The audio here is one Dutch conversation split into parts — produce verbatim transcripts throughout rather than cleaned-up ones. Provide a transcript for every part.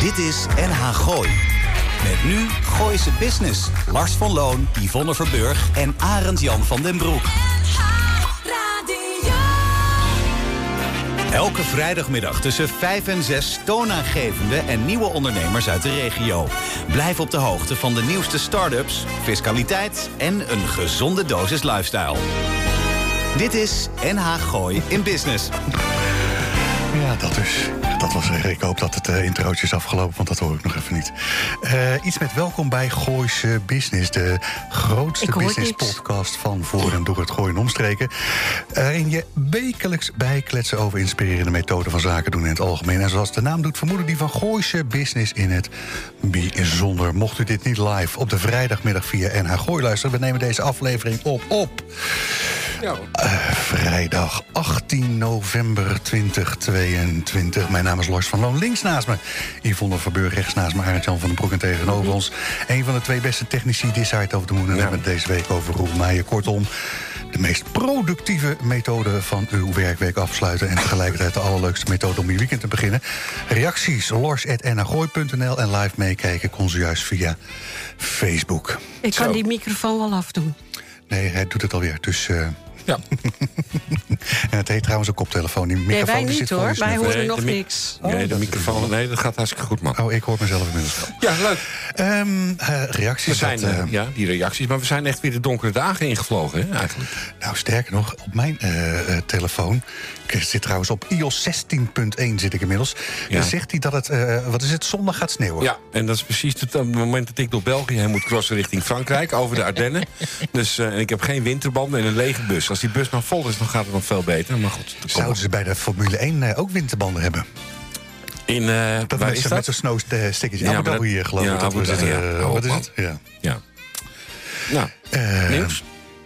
Dit is N H Gooi. Met nu Gooise Business. Lars van Loon, Yvonne Verburg en Arend Jan van den Broek. Elke vrijdagmiddag tussen vijf en zes toonaangevende en nieuwe ondernemers uit de regio. Blijf op de hoogte van de nieuwste start-ups, fiscaliteit en een gezonde dosis lifestyle. Dit is N H Gooi in Business. Ja, dat dus. Dat was er. Ik hoop dat het uh, introotje is afgelopen, want dat hoor ik nog even niet. Uh, iets met welkom bij Gooise Business, de grootste business podcast van voor en door het Gooien omstreken. Waarin je wekelijks bijkletsen over inspirerende methoden van zaken doen in het algemeen. En zoals de naam doet vermoeden die van Gooise Business in het bijzonder. Mocht u dit niet live op de vrijdagmiddag via N H Gooi luisteren, we nemen deze aflevering op op ja. uh, vrijdag achttien november tweeduizend tweeëntwintig. Mijn naam is Lars van Loon. Links naast me Yvonne Verburg, rechts naast me Arend Jan van den Broek en tegenover ons een van de twee beste technici this side over de moon. En we hebben het deze week over Roel Meijer. Kortom, de meest productieve methode van uw werkweek afsluiten en tegelijkertijd de allerleukste methode om je weekend te beginnen. Reacties lars at n h gooi punt n l en live meekijken kon zojuist via Facebook. Ik kan Zo. die microfoon wel afdoen. Nee, hij doet het alweer, dus Uh... Ja. En het heet trouwens een koptelefoon. Die microfoon nee, wij niet zit hoor. Wij horen nee, nog de mi- niks. Nee, oh, de microfoon, nee, dat gaat hartstikke goed, man. Oh, ik hoor mezelf inmiddels wel. Ja, leuk. Um, uh, reacties. We zijn, dat, uh, ja, die reacties. Maar we zijn echt weer de donkere dagen ingevlogen, hè, eigenlijk. Nou, sterker nog, op mijn uh, uh, telefoon, ik zit trouwens op i o s zestien punt één zit ik inmiddels. Ja. Dan zegt hij dat het, uh, wat is het, zondag gaat sneeuwen. Ja, en dat is precies het, het moment dat ik door België heen moet crossen richting Frankrijk, over de Ardennen. Dus uh, en ik heb geen winterbanden en een lege bus. Als die bus nog vol is, dan gaat het nog veel beter. Maar goed. Zouden ze bij de Formule één uh, ook winterbanden hebben? In, uh, dat waar met is zo'n dat? zo snowsticketje. Ja, Abu Dhabi hier, geloof ja, ik. Dat Abu was het, Dhabi, uh, ja. wat is Oh, het? Ja. Ja. Nou, Uh, nieuws?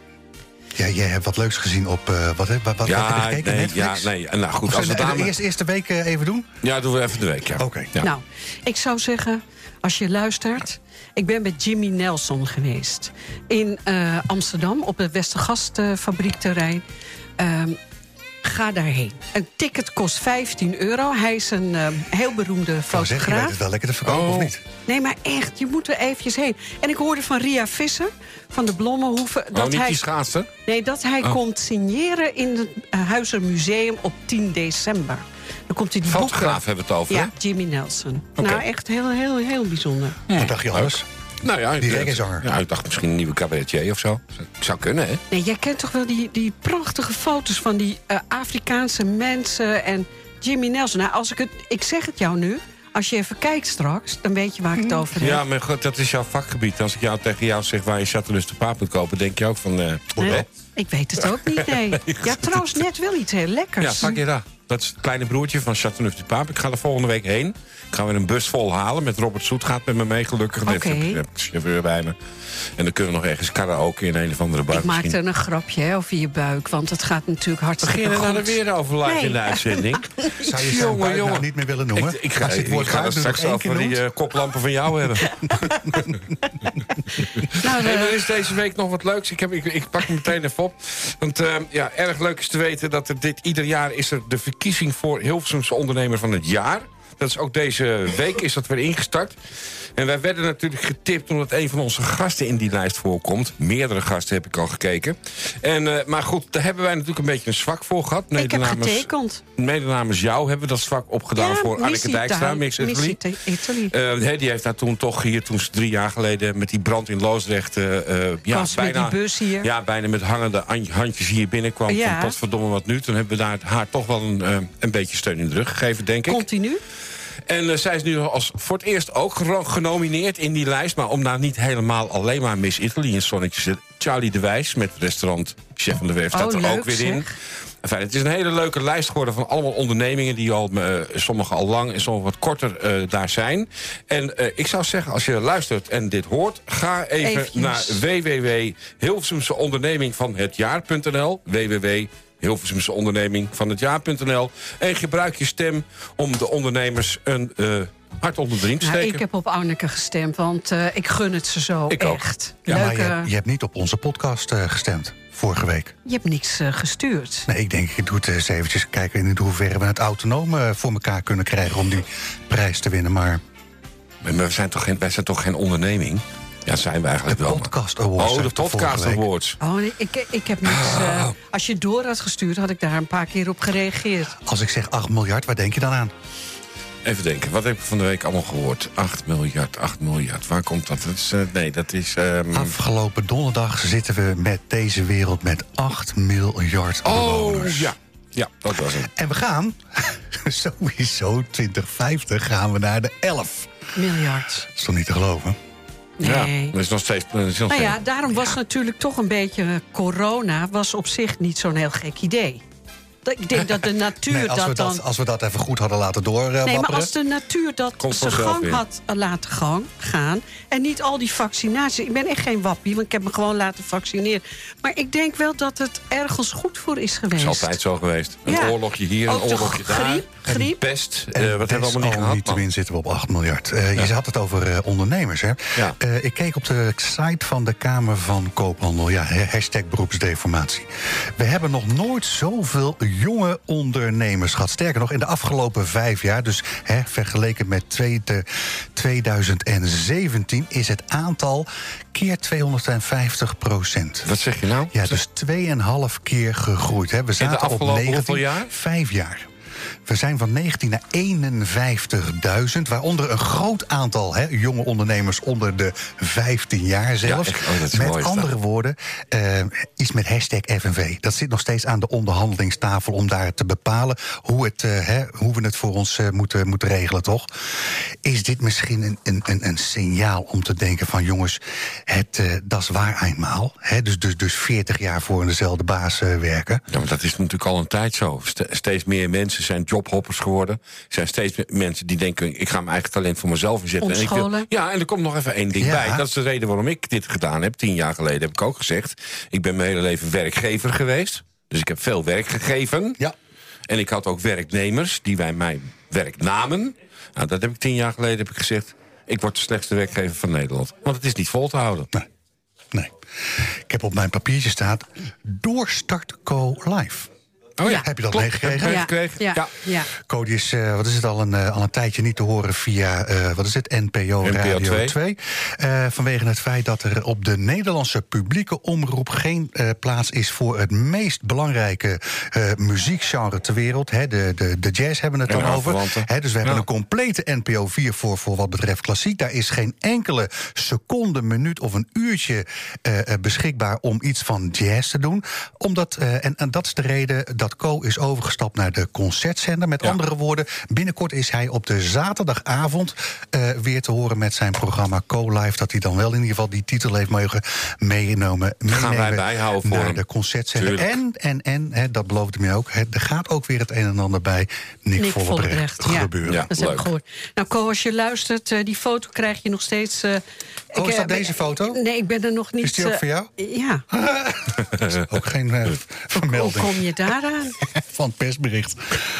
Ja, jij hebt wat leuks gezien op Uh, wat, wat, wat ja, heb je gekeken? nee, Netflix? ja, nee. Nou goed, Of als we de, daar de eerste, eerste week uh, even doen? Ja, doen we even de week, ja. Oké. Okay. Ja. Nou, ik zou zeggen, als je luistert, ik ben met Jimmy Nelson geweest in uh, Amsterdam op het Westergastfabriekterrein. Uh, Ga daarheen. Een ticket kost vijftien euro. Hij is een uh, heel beroemde fotograaf. Zeg, je weet het wel lekker te verkopen, oh. of niet? Nee, maar echt, je moet er eventjes heen. En ik hoorde van Ria Visser van de Blommenhoeven Oh, dat niet hij die schaatster? Nee, dat hij oh. komt signeren in het uh, Huizermuseum op tien december. Dan komt hij die Fotograaf boeken. hebben we het over, Ja, hè? Jimmy Nelson. Okay. Nou, echt heel, heel, heel bijzonder. Wat dacht je anders? Nou ja, Die ik- reggaezanger. Ja, ik dacht misschien een nieuwe cabaretier of zo. Zou kunnen, hè? Nee, jij kent toch wel die, die prachtige foto's van die uh, Afrikaanse mensen en Jimmy Nelson. Nou, als ik het, ik zeg het jou nu. Als je even kijkt straks, dan weet je waar ik het over heb. Ja, maar goed, dat is jouw vakgebied. Als ik jou tegen jou zeg waar je Châteauneuf de Paap moet kopen, denk je ook van Uh, Nee, ik weet het ook niet, nee. Ja, trouwens, net wel iets heel lekkers. Ja, Fakira. Dat is het kleine broertje van Châteauneuf de Paap. Ik ga er volgende week heen. Ik ga weer een bus vol halen. Met Robert Soet gaat met me mee, gelukkig. Oké. Okay. Ik heb een chauffeur bij me. En dan kunnen we nog ergens karaoke in een of andere bar. Ik maakte misschien. een grapje hè, over je buik, want het gaat natuurlijk hartstikke Begin je goed. nou er weer over live Nee. in de uitzending? Zou je zijn Jongen, buik jongen. nou niet meer willen noemen? Ik, ik ga, Als je het ik woord ga buik het nog straks één keer over die noemt. uh, koplampen van jou hebben. Nou, Nee, uh, er is deze week nog wat leuks. Ik, heb, ik, ik pak hem meteen even op. Want uh, ja, erg leuk is te weten dat er dit ieder jaar is er de verkiezing voor Hilversumse ondernemer van het jaar. Dat is ook deze week is dat weer ingestart. En wij werden natuurlijk getipt omdat een van onze gasten in die lijst voorkomt. Meerdere gasten heb ik al gekeken. En, uh, maar goed, daar hebben wij natuurlijk een beetje een zwak voor gehad. ik heb Mede namens- getekend. Mede namens jou hebben we dat zwak opgedaan voor Anneke Missie Dijkstra, Thai- Mix Italy. Missie Thai- Italy. Uh, hey, die heeft daar toen toch hier, toen ze drie jaar geleden met die brand in Loosdrecht Uh, uh, ja, Kwam ze met bijna, die bus hier. Ja, bijna met hangende an- handjes hier binnenkwam. Ja. Van potverdomme wat nu. Toen hebben we daar haar toch wel een, uh, een beetje steun in de rug gegeven, denk ik. Continu. En uh, zij is nu als voor het eerst ook gero- genomineerd in die lijst. Maar om daar niet helemaal alleen maar Miss Italy in zonnetje zit. Charlie de Wijs met restaurant Chef van de Weef staat Oh, er leuk, ook weer in. zeg. Enfin, het is een hele leuke lijst geworden van allemaal ondernemingen die al, uh, sommige al lang en sommige wat korter uh, daar zijn. En uh, ik zou zeggen, als je luistert en dit hoort, ga even Eventjes. naar w w w punt hilversumse onderneming van het jaar punt n l. w w w punt Hilversumse onderneming van het jaar punt n l. En gebruik je stem om de ondernemers een uh, hart onder de riem te Nou, steken. ik heb op Anneke gestemd, want uh, ik gun het ze zo Ik ook. echt. Ja, maar Leuke, je, hebt- je hebt niet op onze podcast uh, gestemd. Vorige week. je hebt niks uh, gestuurd. Nee, ik denk, ik doe het eens eventjes kijken in hoeverre we het autonoom uh, voor elkaar kunnen krijgen om die prijs te winnen. Maar Maar we zijn toch geen, wij zijn toch geen onderneming? Ja, zijn we eigenlijk de wel. De Podcast Awards. Oh, de Podcast Awards. Oh, nee, ik, ik heb niks... Uh, als je het door had gestuurd, had ik daar een paar keer op gereageerd. Als ik zeg acht miljard, waar denk je dan aan? Even denken, wat heb ik van de week allemaal gehoord? acht miljard, acht miljard. Waar komt dat? dat is, uh, nee, dat is... Um... Afgelopen donderdag zitten we met deze wereld met acht miljard bewoners. Oh, ja. Ja, dat was het. En we gaan, sowieso twintig vijftig, gaan we naar de elf miljard. Dat is toch niet te geloven? Nee. Ja, dat is nog steeds... Dat is nog nou ja, steeds... daarom was ja. natuurlijk toch een beetje... corona was op zich niet zo'n heel gek idee. Ik denk dat de natuur nee, als dat, we dat dan... Als we dat even goed hadden laten doorwapperen... Nee, maar als de natuur dat zijn gang weer. had laten gang, gaan... en niet al die vaccinaties... Ik ben echt geen wappie, want ik heb me gewoon laten vaccineren. Maar ik denk wel dat het ergens goed voor is geweest. Het is altijd zo geweest. Een ja. oorlogje hier, ook een oorlogje daar. Griep, griep. Pest, en uh, wat hebben we allemaal niet gehad, niettemin zitten we op acht miljard. Uh, ja. Je had het over uh, ondernemers, hè? Ja. Uh, ik keek op de site van de Kamer van Koophandel. Ja, hashtag beroepsdeformatie. We hebben nog nooit zoveel jonge ondernemers gehad. Sterker nog, in de afgelopen vijf jaar... dus hè, vergeleken met tweeduizend zeventien... is het aantal keer tweehonderdvijftig procent. Wat zeg je nou? Ja, dus tweeënhalf keer gegroeid. Hè. We zaten in de afgelopen op negentien, hoeveel jaar? Vijf jaar. We zijn van negentien naar eenenvijftigduizend, waaronder een groot aantal hè, jonge ondernemers onder de vijftien jaar zelfs. Ja, echt, oh, dat is met mooi, andere dat. woorden, uh, iets met hashtag F N V. Dat zit nog steeds aan de onderhandelingstafel om daar te bepalen hoe, het, uh, hè, hoe we het voor ons uh, moeten, moeten regelen, toch? Is dit misschien een, een, een, een signaal om te denken van jongens, het, uh, dat is waar eenmaal. Hè? Dus, dus, dus veertig jaar voor dezelfde baas uh, werken. Ja, maar dat is natuurlijk al een tijd zo. Ste- steeds meer mensen zijn jobhoppers geworden. Er zijn steeds meer mensen die denken... ik ga mijn eigen talent voor mezelf inzetten. En ik wil, ja, en er komt nog even één ding ja. bij. Dat is de reden waarom ik dit gedaan heb. Tien jaar geleden heb ik ook gezegd... ik ben mijn hele leven werkgever geweest. Dus ik heb veel werk gegeven. Ja. En ik had ook werknemers die bij mij werk namen. Nou, dat heb ik tien jaar geleden heb ik gezegd... ik word de slechtste werkgever van Nederland. Want het is niet vol te houden. Nee. Nee. Ik heb op mijn papiertje staat... Doorstart Co Live. Oh ja, heb je dat klopt, meegekregen? Ja, ja, ja, ja. ja. Cody is, uh, wat is het al een, uh, al een tijdje niet te horen via, uh, wat is het, N P O Radio twee. Uh, vanwege het feit dat er op de Nederlandse publieke omroep geen uh, plaats is voor het meest belangrijke uh, muziekgenre ter wereld. Hè, de, de, de jazz hebben we het en dan over. Hè, dus we hebben ja. een complete N P O vier voor, voor wat betreft klassiek. Daar is geen enkele seconde, minuut of een uurtje uh, beschikbaar om iets van jazz te doen. Omdat, uh, en, en dat is de reden dat Co is overgestapt naar de concertzender. Met ja. andere woorden, binnenkort is hij op de zaterdagavond uh, weer te horen met zijn programma Co Live. Dat hij dan wel in ieder geval die titel heeft mogen meegenomen. Gaan wij bijhouden voor naar hem. de concertzender. Tuurlijk. En, en, en hè, dat beloofde mij ook. Hè, er gaat ook weer het een en ander bij Nick, Nick Vollebrecht gebeuren. Ja, dat heb ik gehoord. Nou, Co, als je luistert, uh, die foto krijg je nog steeds... Uh, oh, ik, is dat uh, deze foto? Nee, ik ben er nog niet... Is die ook uh, voor jou? Ja. Dat is ook geen uh, vermelding. Hoe kom je daaraan? Van het persbericht.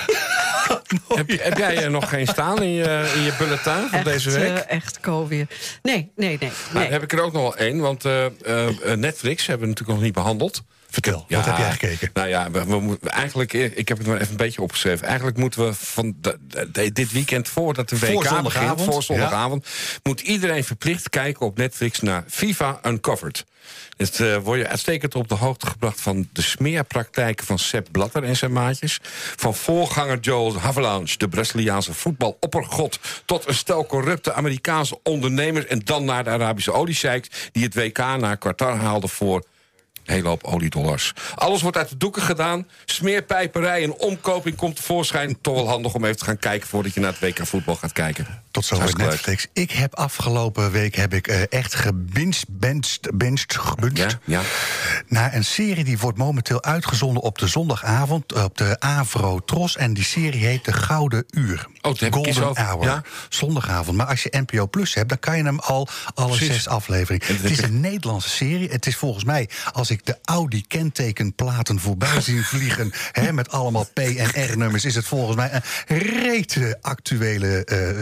heb, heb jij er nog geen staan in je, in je bulletin van echt, deze week? Uh, echt Co weer. Nee, nee, nee. nee. Nou, heb ik er ook nog wel één, want uh, uh, Netflix hebben we natuurlijk nog niet behandeld. Vertel, ja, wat heb jij gekeken? Nou ja, we, we, we, eigenlijk, ik heb het maar even een beetje opgeschreven. Eigenlijk moeten we van de, de, dit weekend voordat de W K voor begint, zondagavond, voor zondagavond, ja. moet iedereen verplicht kijken op Netflix naar FIFA Uncovered. Het uh, word je uitstekend op de hoogte gebracht van de smeerpraktijken van Sepp Blatter en zijn maatjes. Van voorganger Joe Havelange, de Braziliaanse voetbaloppergod, tot een stel corrupte Amerikaanse ondernemers en dan naar de Arabische oliesheiks die het W K naar Qatar haalden voor een hele hoop oliedollars. Alles wordt uit de doeken gedaan. Smeerpijperij en omkoping komt tevoorschijn. Toch wel handig om even te gaan kijken voordat je naar het W K voetbal gaat kijken. Tot zo met Netflix. Ik heb afgelopen week heb ik uh, echt gebinged, benched, benched, gebinged. Ja, ja. Naar een serie die wordt momenteel uitgezonden op de zondagavond op de Avro Tros. En die serie heet De Gouden Uur. Oh, heb Golden ik over. Hour. Ja? Zondagavond. Maar als je N P O Plus hebt, dan kan je hem al alle Precies. zes afleveringen. Het is een Nederlandse serie. Het is volgens mij, als ik de Audi kentekenplaten voorbij zien vliegen, hè, met allemaal P en R-nummers, is het volgens mij een rete actuele uh, serie.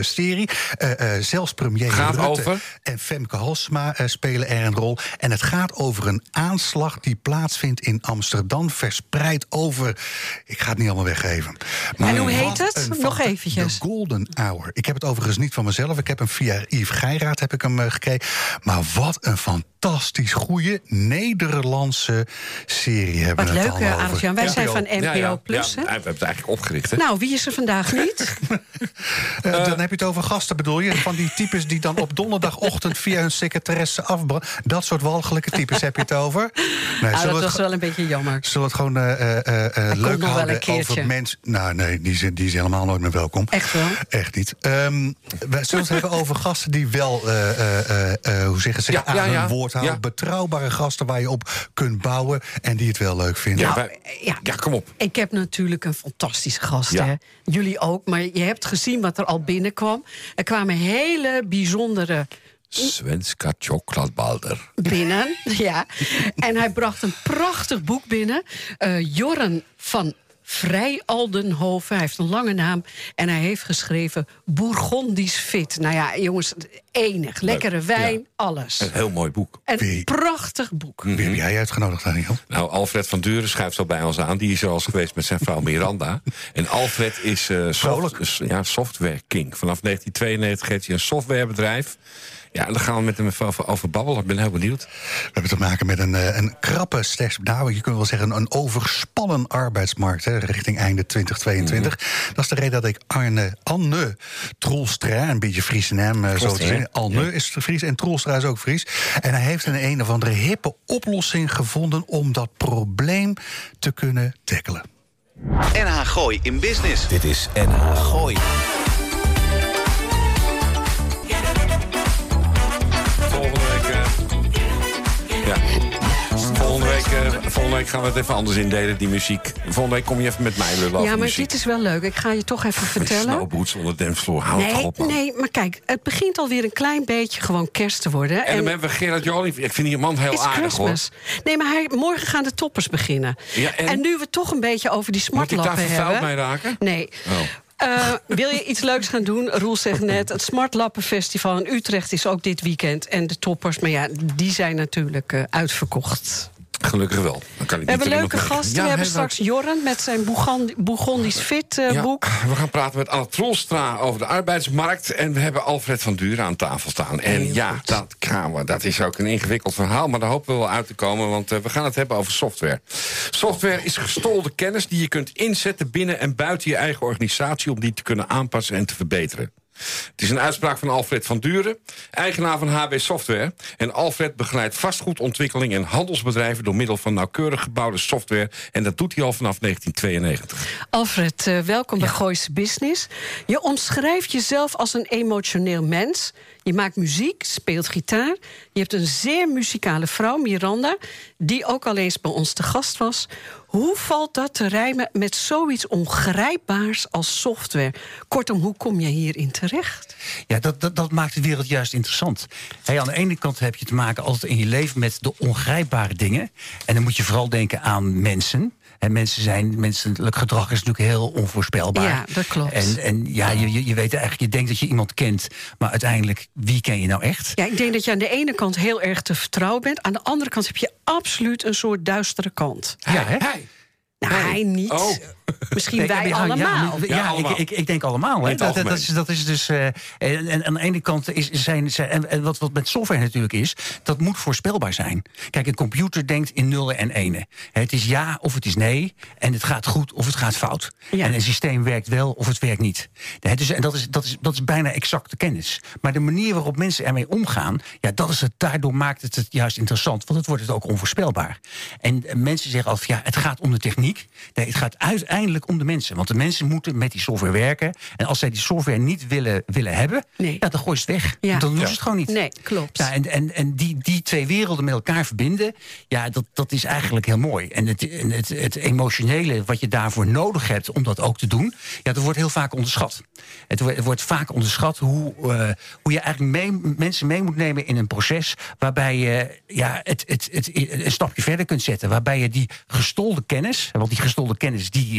serie. Uh, uh, zelfs premier gaat Rutte over? en Femke Halsema uh, spelen er een rol. En het gaat over een aanslag die plaatsvindt in Amsterdam, verspreid over... Ik ga het niet allemaal weggeven. Maar en hoe heet het? Nog eventjes. The Golden Hour. Ik heb het overigens niet van mezelf. Ik heb hem via Yves Geiraat heb ik hem uh, gekregen. Maar wat een fantastisch goede Nederlandse serie hebben wat we leuk, het allemaal over. Arjan. Wij ja. zijn van N P O ja, ja, Plus, ja, hè? we hebben het eigenlijk opgericht, hè? Nou, wie is er vandaag niet? uh, uh, dan heb je het over gasten, bedoel je? Van die types die dan op donderdagochtend via hun secretaresse afbranden. Dat soort walgelijke types heb je het over. Nee, ah, dat was ge- wel een beetje jammer. Zullen we het gewoon uh, uh, uh, leuk houden over mensen? Nou, nee, die is, die is helemaal nooit meer welkom. Echt wel? Echt niet. Um, we zullen het hebben over gasten die wel, uh, uh, uh, hoe zeggen ze, ja, aan ja, hun ja. woord houden. Ja. Betrouwbare gasten waar je op kunt bouwen en die het wel leuk vinden. Ja, Nou, wij, ja. ja, kom op. Ik heb natuurlijk een fantastische gast, Ja. hè? Jullie ook, maar je hebt gezien wat er al binnenkwam. Er kwamen hele bijzondere Svenska Chokladbalder. binnen, ja. En hij bracht een prachtig boek binnen. Uh, Jorren van Vrij Aldenhoven. Hij heeft een lange naam. En hij heeft geschreven Bourgondisch Fit. Nou ja, jongens, enig. Lekkere wijn, Ja. alles. Een heel mooi boek. Een Wie? prachtig boek. Wie heb jij uitgenodigd, Daniel? Nou, Alfred van Duren schuift zo bij ons aan. Die is er al eens geweest met zijn vrouw Miranda. En Alfred is uh, soft, ja, software king. Vanaf negentien tweeënnegentig heeft hij een softwarebedrijf. Ja, daar gaan we met hem over, over babbelen. Ik ben heel benieuwd. We hebben te maken met een, een krappe, slechts, nou, je kunt wel zeggen, een overspannen arbeidsmarkt, hè, richting einde twintig tweeëntwintig. Mm-hmm. Dat is de reden dat ik Arne, Anne Troelstra, een beetje Fries naam, uh, zo te zeggen. Anne ja. is Fries en Troelstra is ook Fries. En hij heeft een een of andere hippe oplossing gevonden om dat probleem te kunnen tackelen. N H Gooi in Business. Dit is N H Gooi. Volgende week, uh, ja. volgende, week, uh, volgende week gaan we het even anders indelen, die muziek. Volgende week kom je even met mij lullen over Ja, maar muziek. dit is wel leuk. Ik ga je toch even vertellen. Snowboots onder de dancefloor, houd nee, toch op, man. Nee, maar kijk, het begint alweer een klein beetje gewoon kerst te worden. En, en dan hebben we Gerard Joling. Ik vind die man heel It's aardig, Christmas. hoor. Nee, maar hij, morgen gaan de toppers beginnen. Ja, en? en nu we het toch een beetje over die Moet ik smartlappen daar hebben. vervuild mee raken? Nee. Oh. Uh, wil je iets leuks gaan doen? Roel zegt net, het Smartlappenfestival in Utrecht is ook dit weekend. En de toppers, maar ja, die zijn natuurlijk uh, uitverkocht. Gelukkig wel. Dan kan ik we hebben niet leuke gasten. Ja, we hebben he, straks Jorren met zijn Bourgondisch Fit uh, ja, boek. We gaan praten met Anne Troelstra over de arbeidsmarkt. En we hebben Alfred van Duren aan tafel staan. En Heel ja, goed. dat, gaan we, dat is ook een ingewikkeld verhaal. Maar daar hopen we wel uit te komen. Want uh, we gaan het hebben over software. Software is gestolde kennis die je kunt inzetten binnen en buiten je eigen organisatie om die te kunnen aanpassen en te verbeteren. Het is een uitspraak van Alfred van Duren, eigenaar van H B Software. En Alfred begeleidt vastgoedontwikkeling en handelsbedrijven door middel van nauwkeurig gebouwde software. En dat doet hij al vanaf negentien tweeënnegentig. Alfred, uh, welkom bij Ja. Gooise Business. Je omschrijft jezelf als een emotioneel mens. Je maakt muziek, speelt gitaar. Je hebt een zeer muzikale vrouw, Miranda, die ook al eens bij ons te gast was. Hoe valt dat te rijmen met zoiets ongrijpbaars als software? Kortom, hoe kom je hierin terecht? Ja, dat, dat, dat maakt de wereld juist interessant. Hey, aan de ene kant heb je te maken altijd in je leven met de ongrijpbare dingen. En dan moet je vooral denken aan mensen. En mensen zijn, menselijk gedrag is natuurlijk heel onvoorspelbaar. Ja, dat klopt. En, en ja, je, je, je weet eigenlijk, je denkt dat je iemand kent, maar uiteindelijk, wie ken je nou echt? Ja, ik denk dat je aan de ene kant heel erg te vertrouwen bent. Aan de andere kant heb je absoluut een soort duistere kant. Ja, hè? Hij. Nou, hij niet. Oh. Misschien Nee, wij ja, allemaal. Ja, ja, Ja, allemaal. Ik, ik, ik denk allemaal. Hè. het Dat, dat, algemeen. is, dat is dus. Uh, en, en aan de ene kant is zijn. zijn en, en wat, wat met software natuurlijk is, dat moet voorspelbaar zijn. Kijk, een computer denkt in nullen en enen. Het is ja of het is nee. En het gaat goed of het gaat fout. Ja. En een systeem werkt wel of het werkt niet. Hè, dus, en dat is, dat, is, dat is bijna exacte kennis. Maar de manier waarop mensen ermee omgaan, ja, dat is het, daardoor maakt het het juist interessant. Want het wordt het ook onvoorspelbaar. En uh, mensen zeggen altijd, ja, het gaat om de techniek. Nee, het gaat uiteindelijk om de mensen. Want de mensen moeten met die software werken. En als zij die software niet willen, willen hebben, Nee. ja, dan gooi je het weg. Ja. Dan doen Ja. ze het gewoon niet. Nee, klopt. Ja, en en, en die, die twee werelden met elkaar verbinden, ja, dat, dat is eigenlijk heel mooi. En het, en het, het emotionele wat je daarvoor nodig hebt om dat ook te doen, ja, dat wordt heel vaak onderschat. Het wordt, het wordt vaak onderschat hoe, uh, hoe je eigenlijk mee, mensen mee moet nemen in een proces waarbij je ja, het, het, het, een stapje verder kunt zetten. Waarbij je die gestolde kennis, want die gestolde kennis die,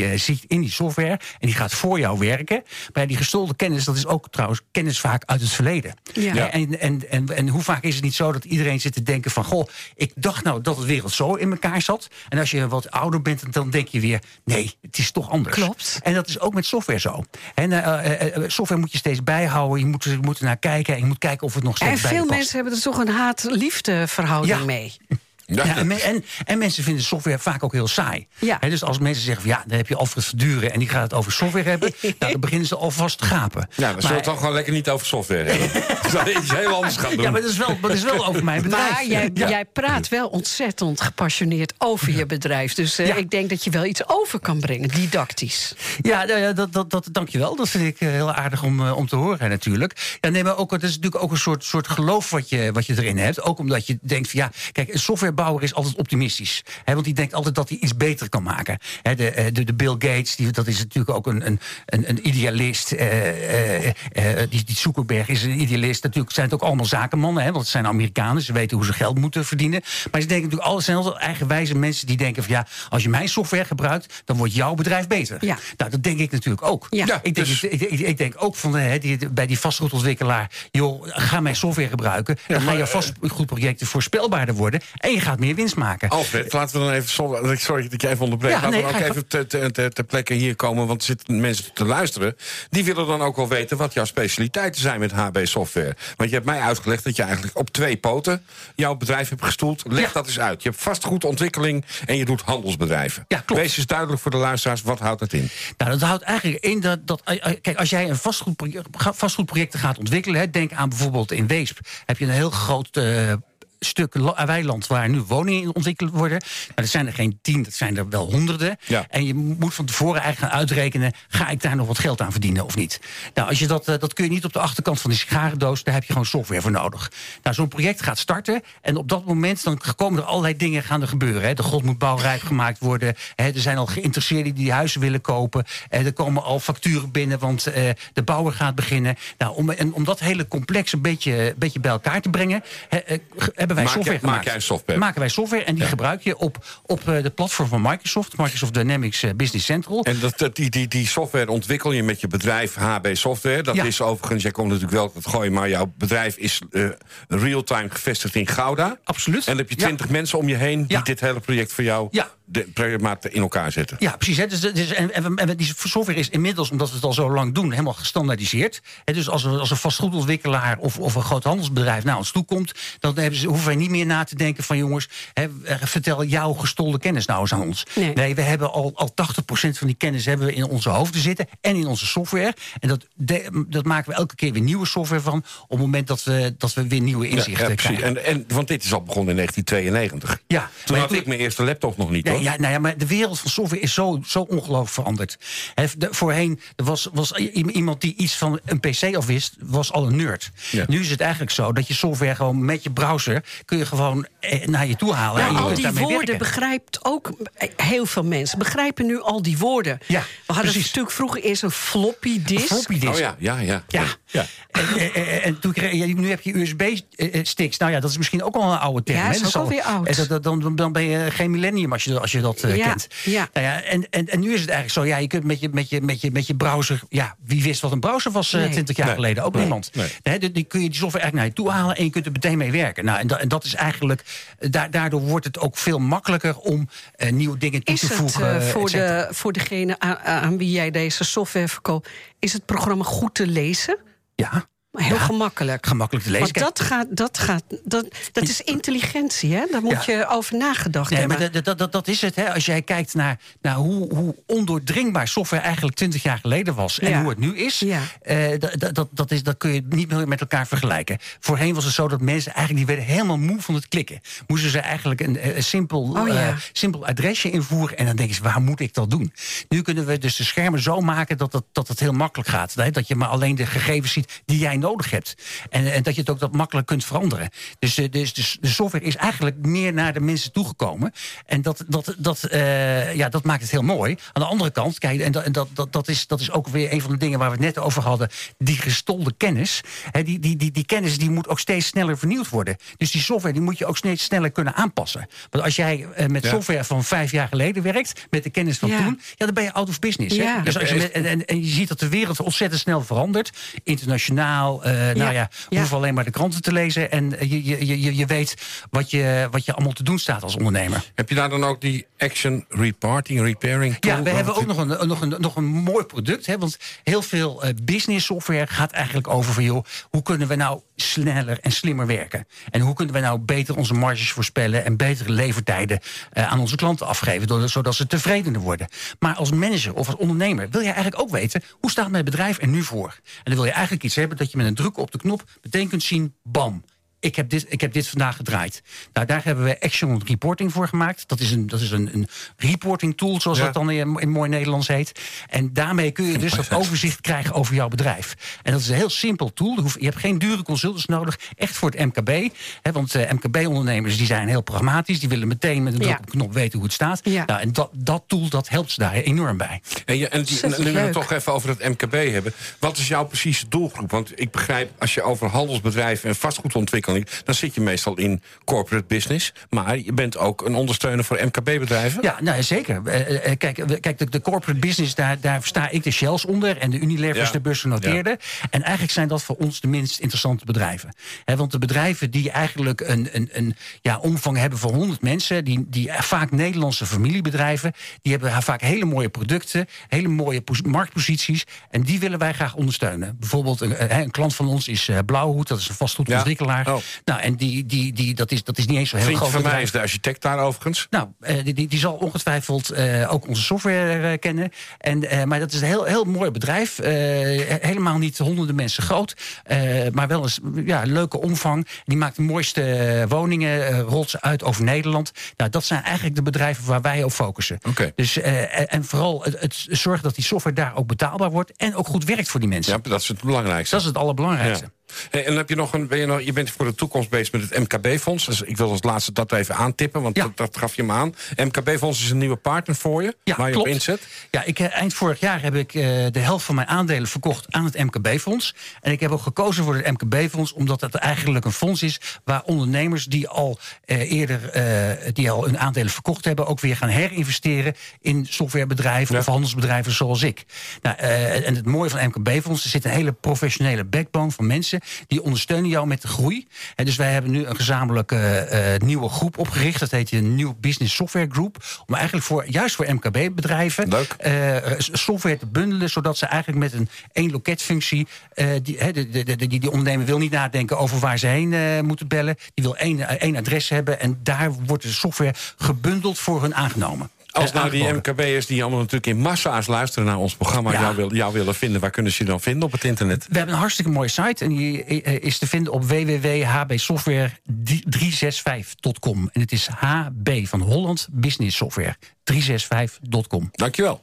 die uh, ziet in die software en die gaat voor jou werken. Maar die gestolen kennis, dat is ook trouwens kennis vaak uit het verleden. Ja. Ja. En, en, en, en hoe vaak is het niet zo dat iedereen zit te denken van, goh, ik dacht nou dat de wereld zo in elkaar zat. En als je wat ouder bent, dan denk je weer, nee, het is toch anders. Klopt. En dat is ook met software zo. En uh, uh, software moet je steeds bijhouden, je moet, je moet er naar kijken en je moet kijken of het nog steeds en bij je past. En veel mensen hebben er toch een haat-liefde verhouding ja. mee. Ja, ja, en, en, en mensen vinden software vaak ook heel saai. Ja. He, dus als mensen zeggen van ja, dan heb je Alfred Verduren en die gaat het over software hebben, nou, dan beginnen ze alvast te gapen. Ja, dan zullen we het toch gewoon lekker niet over software hebben. Dus dat iets heel anders gaan doen. Ja, maar dat is wel, dat is wel over mijn bedrijf. Maar jij, ja. jij praat wel ontzettend gepassioneerd over je bedrijf. Dus uh, ja. ik denk dat je wel iets over kan brengen, didactisch. Ja, ja dat, dat, dat, dank je wel. Dat vind ik heel aardig om, uh, om te horen natuurlijk. Ja, nee, maar ook, het is natuurlijk ook een soort, soort geloof wat je, wat je erin hebt. Ook omdat je denkt van ja, kijk, een softwarebouwer is altijd optimistisch. Hè, want die denkt altijd dat hij iets beter kan maken. Hè, de, de, de Bill Gates, die, dat is natuurlijk ook een, een, een idealist. Uh, uh, uh, die, die Zuckerberg is een idealist. Natuurlijk zijn het ook allemaal zakenmannen, hè, want het zijn Amerikanen. Ze weten hoe ze geld moeten verdienen. Maar ze denken natuurlijk, alles zijn altijd eigenwijze mensen die denken van ja, als je mijn software gebruikt, dan wordt jouw bedrijf beter. Ja. Nou, dat denk ik natuurlijk ook. Ja. Ja, ik, denk, dus... ik, ik, ik denk ook van hè, die, bij die vastgoedontwikkelaar, joh, ga mijn software gebruiken. Ja, dan gaan je vastgoedprojecten voorspelbaarder worden en je gaat meer winst maken. Alfred, laten we dan even, sorry dat je even onderbreek, ja, laten nee, we dan ook even ter te, te, te plekke hier komen, want er zitten mensen te luisteren, die willen dan ook wel weten wat jouw specialiteiten zijn met H B Software. Want je hebt mij uitgelegd dat je eigenlijk op twee poten jouw bedrijf hebt gestoeld. Leg ja. dat eens uit. Je hebt vastgoedontwikkeling en je doet handelsbedrijven. Ja, klopt. Wees eens duidelijk voor de luisteraars, wat houdt dat in? Nou, dat houdt eigenlijk in dat, dat kijk, als jij een vastgoedproject, vastgoedproject gaat ontwikkelen, hè, denk aan bijvoorbeeld in Weesp, heb je een heel groot uh, stuk weiland waar nu woningen in ontwikkeld worden. Nou, dat zijn er geen tien, dat zijn er wel honderden. Ja. En je moet van tevoren eigenlijk gaan uitrekenen, ga ik daar nog wat geld aan verdienen of niet? Nou, als je dat, dat kun je niet op de achterkant van die sigarendoos, daar heb je gewoon software voor nodig. Nou, zo'n project gaat starten en op dat moment dan komen er allerlei dingen gaan er gebeuren. Hè. De grond moet bouwrijp gemaakt worden. Hè. Er zijn al geïnteresseerden die huizen willen kopen. Hè. Er komen al facturen binnen, want uh, de bouwer gaat beginnen. Nou, om, en om dat hele complex een beetje, beetje bij elkaar te brengen, hè, hebben wij maak software je, gemaakt. Maak jij software? Maken wij software en die ja. gebruik je op, op uh, de platform van Microsoft, Microsoft Dynamics uh, Business Central. En dat, dat, die, die, die software ontwikkel je met je bedrijf H B Software. Dat ja. is overigens, jij komt natuurlijk wel het gooien, maar jouw bedrijf is uh, real-time gevestigd in Gouda. Absoluut. En dan heb je twintig ja. mensen om je heen die ja. dit hele project voor jou ja. de project in elkaar zetten. Ja, precies. Hè. Dus, dus, en, en, en die software is inmiddels, omdat we het al zo lang doen, helemaal gestandaardiseerd. Hè. Dus als, als een vastgoedontwikkelaar of, of een groot handelsbedrijf naar ons toe komt, dan hebben ze, hoeven wij niet meer na te denken van jongens, hè, vertel jouw gestolen kennis nou eens aan ons. Nee, nee we hebben al, al tachtig procent van die kennis hebben we in onze hoofden zitten en in onze software. En dat, de, dat maken we elke keer weer nieuwe software van op het moment dat we, dat we weer nieuwe inzichten ja, ja, krijgen. En, en, want dit is al begonnen in negentien tweeënnegentig. Ja, toen had ik mijn eerste laptop nog niet. Ja, ja, nou ja, maar de wereld van software is zo, zo ongelooflijk veranderd. He, de, voorheen er was, was iemand die iets van een P C afwist, was al een nerd. Ja. Nu is het eigenlijk zo dat je software gewoon met je browser kun je gewoon naar je toe halen. Ja, en je al die woorden werken. Begrijpt ook heel veel mensen. Begrijpen nu al die woorden. Ja, we hadden precies. natuurlijk vroeger eerst een floppy disk. Een floppy disk. Oh ja, ja, ja. ja. ja. En, en, en toen kreeg, nu heb je U S B-sticks. Nou ja, dat is misschien ook al een oude term. Ja, dat is ook alweer oud. En dat, dan, dan ben je geen millennium als je, als je dat uh, ja, kent. Ja. Nou ja, en, en, en nu is het eigenlijk zo, ja, je kunt met je, met je, met je, met je browser, ja, wie wist wat een browser was uh, nee. twintig jaar nee. geleden? Ook nee. niemand. Nee. Nee, die, die kun je die software eigenlijk naar je toe halen en je kunt er meteen mee werken. Nou, en, da, en dat is eigenlijk, da, daardoor wordt het ook veel makkelijker om uh, nieuwe dingen toe is te voegen. Het, uh, voor, de, voor degene aan, aan wie jij deze software verkoopt, is het programma goed te lezen? Ja. Heel ja, gemakkelijk. Gemakkelijk te lezen. Want dat, gaat, dat, gaat, dat, dat is intelligentie, hè? Daar moet ja. je over nagedacht nee, hebben. Maar dat, dat, dat, dat is het, hè? Als jij kijkt naar, naar hoe, hoe ondoordringbaar software eigenlijk twintig jaar geleden was en ja. hoe het nu is, ja. uh, dat, dat, dat, is, dat kun je niet meer met elkaar vergelijken. Voorheen was het zo dat mensen eigenlijk die werden helemaal moe van het klikken. Moesten ze eigenlijk een, een simpel, oh, ja. uh, simpel adresje invoeren en dan denken ze, waar moet ik dat doen? Nu kunnen we dus de schermen zo maken dat het, dat het heel makkelijk gaat. Hè? Dat je maar alleen de gegevens ziet die jij nodig hebt. hebt. En, en dat je het ook dat makkelijk kunt veranderen. Dus, uh, dus, dus de software is eigenlijk meer naar de mensen toegekomen. En dat, dat, dat, uh, ja, dat maakt het heel mooi. Aan de andere kant, kijk, en, dat, en dat, dat, dat, is, dat is ook weer een van de dingen waar we het net over hadden. Die gestolde kennis. Hè, die, die, die, die kennis die moet ook steeds sneller vernieuwd worden. Dus die software die moet je ook steeds sneller kunnen aanpassen. Want als jij uh, met ja. software van vijf jaar geleden werkt, met de kennis van ja. toen, ja, dan ben je out of business. Ja. Hè? Dus als je met, en, en, en je ziet dat de wereld ontzettend snel verandert. Internationaal, uh, ja. nou ja, ja. hoef alleen maar de kranten te lezen. En je, je, je, je weet wat je, wat je allemaal te doen staat als ondernemer. Heb je daar dan ook die action reporting, repairing tool? Ja, we hebben ook nog een, nog, een, nog een mooi product. Hè, want heel veel uh, business software gaat eigenlijk over van, joh, hoe kunnen we nou sneller en slimmer werken? En hoe kunnen we nou beter onze marges voorspellen en betere levertijden uh, aan onze klanten afgeven, zodat ze tevredener worden. Maar als manager of als ondernemer wil je eigenlijk ook weten, hoe staat mijn bedrijf er nu voor? En dan wil je eigenlijk iets hebben dat je met een druk op de knop meteen kunt zien, bam. Ik heb, dit, ik heb dit vandaag gedraaid. Nou, daar hebben we Action Reporting voor gemaakt. Dat is een, dat is een, een reporting tool, zoals ja. dat dan in, in mooi Nederlands heet. En daarmee kun je dus dat overzicht krijgen over jouw bedrijf. En dat is een heel simpel tool. Je hebt geen dure consultants nodig. Echt voor het M K B. Hè, want uh, M K B-ondernemers die zijn heel pragmatisch. Die willen meteen met een druk ja. op de knop weten hoe het staat. Ja. Nou, en dat, dat tool dat helpt ze daar enorm bij. En, je, en die, nu we het toch even over het M K B hebben. Wat is jouw precieze doelgroep? Want ik begrijp, als je over handelsbedrijven en vastgoedontwikkeling, dan zit je meestal in corporate business. Maar je bent ook een ondersteuner voor M K B-bedrijven? Ja, nou, zeker. Uh, kijk, kijk de, de corporate business, daar, daar sta ik de Shells onder. En de Unilevers, ja. de beursgenoteerden. Ja. En eigenlijk zijn dat voor ons de minst interessante bedrijven. He, want de bedrijven die eigenlijk een, een, een ja, omvang hebben van honderd mensen, die, die vaak Nederlandse familiebedrijven, die hebben vaak hele mooie producten, hele mooie marktposities. En die willen wij graag ondersteunen. Bijvoorbeeld een, een klant van ons is uh, Blauwhoed, dat is een vastgoedontwikkelaar. Ja. Oh. Nou, en die, die, die, dat, is, dat is niet eens zo heel groot. Vriend van mij is de architect daar overigens. Nou, uh, die, die, die zal ongetwijfeld uh, ook onze software uh, kennen. En, uh, maar dat is een heel, heel mooi bedrijf. Uh, helemaal niet honderden mensen groot. Uh, maar wel eens ja, een leuke omvang. Die maakt de mooiste woningen, uh, rolt ze uit over Nederland. Nou, dat zijn eigenlijk de bedrijven waar wij op focussen. Okay. Dus, uh, en vooral het, het zorgen dat die software daar ook betaalbaar wordt en ook goed werkt voor die mensen. Ja, dat is het belangrijkste. Dat is het allerbelangrijkste. Ja. Hey, en dan heb je nog een, ben je, nog, je bent voor de toekomst bezig met het M K B-fonds. Dus ik wil als laatste dat even aantippen, want ja. dat, dat gaf je me aan. M K B-fonds is een nieuwe partner voor je, ja, waar je klopt. op inzet. Ja, ik, eind vorig jaar heb ik uh, de helft van mijn aandelen verkocht aan het M K B-fonds. En ik heb ook gekozen voor het M K B-fonds, omdat het eigenlijk een fonds is waar ondernemers die al uh, eerder uh, die al hun aandelen verkocht hebben, ook weer gaan herinvesteren in softwarebedrijven ja. of handelsbedrijven zoals ik. Nou, uh, en het mooie van het M K B-fonds, er zit een hele professionele backbone van mensen die ondersteunen jou met de groei. En dus wij hebben nu een gezamenlijke uh, nieuwe groep opgericht. Dat heet de New Business Software Group. Om eigenlijk voor, juist voor M K B-bedrijven uh, software te bundelen, zodat ze eigenlijk met een één loketfunctie uh, die, he, de, de, de, die, die ondernemer wil niet nadenken over waar ze heen uh, moeten bellen. Die wil één, één adres hebben en daar wordt de software gebundeld voor hun aangenomen. Als nou die M K B'ers die allemaal natuurlijk in massa's luisteren naar ons programma, ja. jou, wil, jou willen vinden, waar kunnen ze je dan vinden op het internet? We hebben een hartstikke mooie site en die is te vinden op w w w punt h b software drie zes vijf punt com. En het is H B van Holland Business Software drie zes vijf punt com. Dankjewel.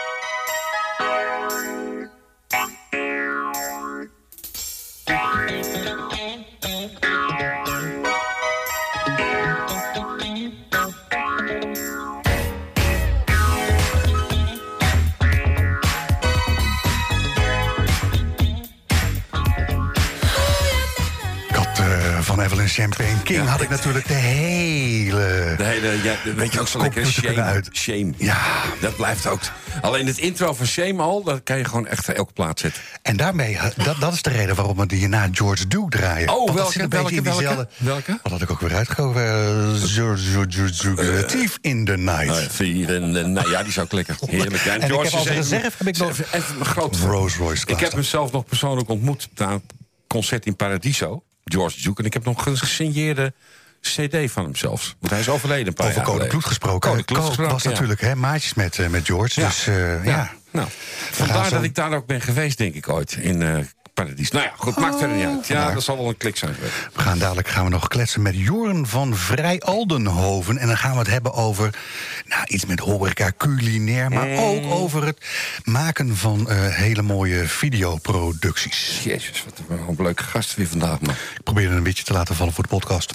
Van Evelyn Champagne King ja, had ik natuurlijk de hele... De hele ja, weet je ook zo lekker, Shame. Uit. Shame. Ja. Dat blijft ook... Alleen het intro van Shame al, dat kan je gewoon echt voor elke plaats zetten. En daarmee, dat, dat is de reden waarom we die na George Duke draaien. Oh, welke, welke, welke, welke? Wat had ik ook weer uitgekomen? Uh, George Duke, uh, Thief in the Night. Uh, Thief in the Night, ja, die is ook lekker. Heerlijk. Ja, en, en George ik heb als reserve heb ik nog... Even een groot... Rolls Royce. Ik heb hem zelf nog persoonlijk ontmoet na een concert in Paradiso. George Duke. En ik heb nog een gesigneerde C D van hem zelfs. Want hij is overleden een paar Over jaar Code Bloed gesproken. Code Bloed gesproken, was ja. natuurlijk hè, maatjes met, uh, met George. Ja. Dus uh, ja. ja. Nou, vandaar dat ik daar ook ben geweest, denk ik ooit. In uh, Paradies. Nou ja, goed, maakt verder niet uit. Ja, dat zal wel een klik zijn geweest. We gaan dadelijk gaan we nog kletsen met Jorn van Vrij Aldenhoven. En dan gaan we het hebben over nou, iets met horeca, culinair, maar mm. ook over het maken van uh, hele mooie videoproducties. Jezus, wat een leuke gast weer vandaag, man. Ik probeer een beetje te laten vallen voor de podcast.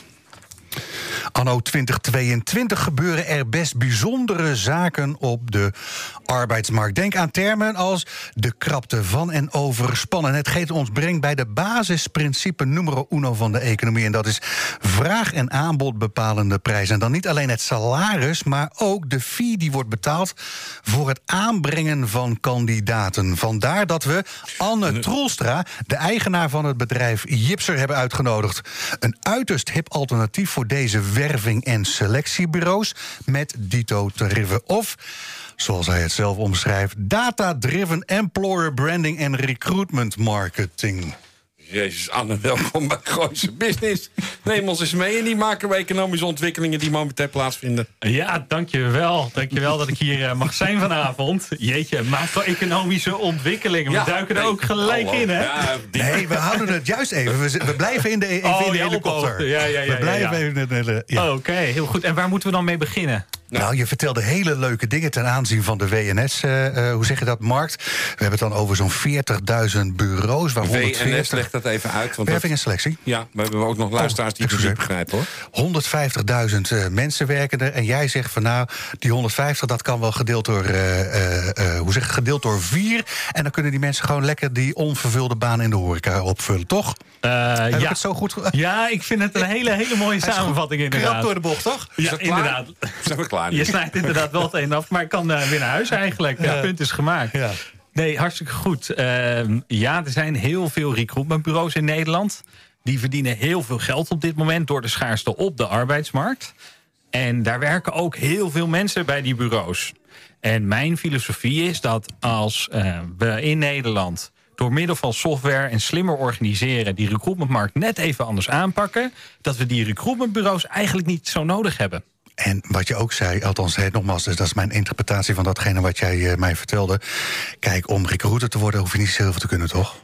Anno twintig tweeëntwintig gebeuren er best bijzondere zaken op de arbeidsmarkt. Denk aan termen als de krapte van en overspannen. Hetgeen ons brengt bij de basisprincipe numero uno van de economie. En dat is vraag en aanbod bepalende prijs. En dan niet alleen het salaris, maar ook de fee die wordt betaald voor het aanbrengen van kandidaten. Vandaar dat we Anne Troelstra, de eigenaar van het bedrijf Jipser, hebben uitgenodigd. Een uiterst hip alternatief voor deze werving- en selectiebureaus met dito tarieven. Of, zoals hij het zelf omschrijft, data-driven employer branding en recruitment marketing. Jezus, Anne, welkom bij Gooise Business. Neem ons eens mee in die macro-economische ontwikkelingen die momenteel plaatsvinden. Ja, dankjewel. Dankjewel dat ik hier uh, mag zijn vanavond. Jeetje, macro-economische ontwikkelingen. We ja, duiken nee, er ook gelijk hallo. in, hè? Ja, die... Nee, we houden het juist even. We, we blijven in de, even oh, in de ja, helikopter. Ja, ja, ja, we blijven ja, ja. even in de... Ja. Oké, okay, heel goed. En waar moeten we dan mee beginnen? Nou, nou, je vertelde hele leuke dingen ten aanzien van de W N S, uh, uh, hoe zeg je dat, markt. We hebben het dan over zo'n veertigduizend bureaus. Waar W N S, leg dat even uit. Want werving en selectie. Ja, we hebben ook nog luisteraars die het niet begrijpen, hoor. honderdvijftigduizend uh, mensen werken er. En jij zegt van nou, die honderdvijftig, dat kan wel gedeeld door, uh, uh, uh, hoe zeg je, gedeeld door vier. En dan kunnen die mensen gewoon lekker die onvervulde baan in de horeca opvullen, toch? Uh, Heb ja. ik het zo goed? Ja, ik vind het een hele, hele mooie samenvatting, inderdaad. Krap door de bocht, toch? Ja, inderdaad. Zijn we klaar? Je snijdt inderdaad wel het een af, maar ik kan uh, weer naar huis eigenlijk. Het ja, punt is gemaakt. Ja. Nee, hartstikke goed. Uh, ja, er zijn heel veel recruitmentbureaus in Nederland. Die verdienen heel veel geld op dit moment door de schaarste op de arbeidsmarkt. En daar werken ook heel veel mensen bij die bureaus. En mijn filosofie is dat als uh, we in Nederland door middel van software en slimmer organiseren die recruitmentmarkt net even anders aanpakken, dat we die recruitmentbureaus eigenlijk niet zo nodig hebben. En wat je ook zei, althans hey, nogmaals, dus dat is mijn interpretatie van datgene wat jij uh, mij vertelde. Kijk, om recruiter te worden hoef je niet zoveel te kunnen, toch?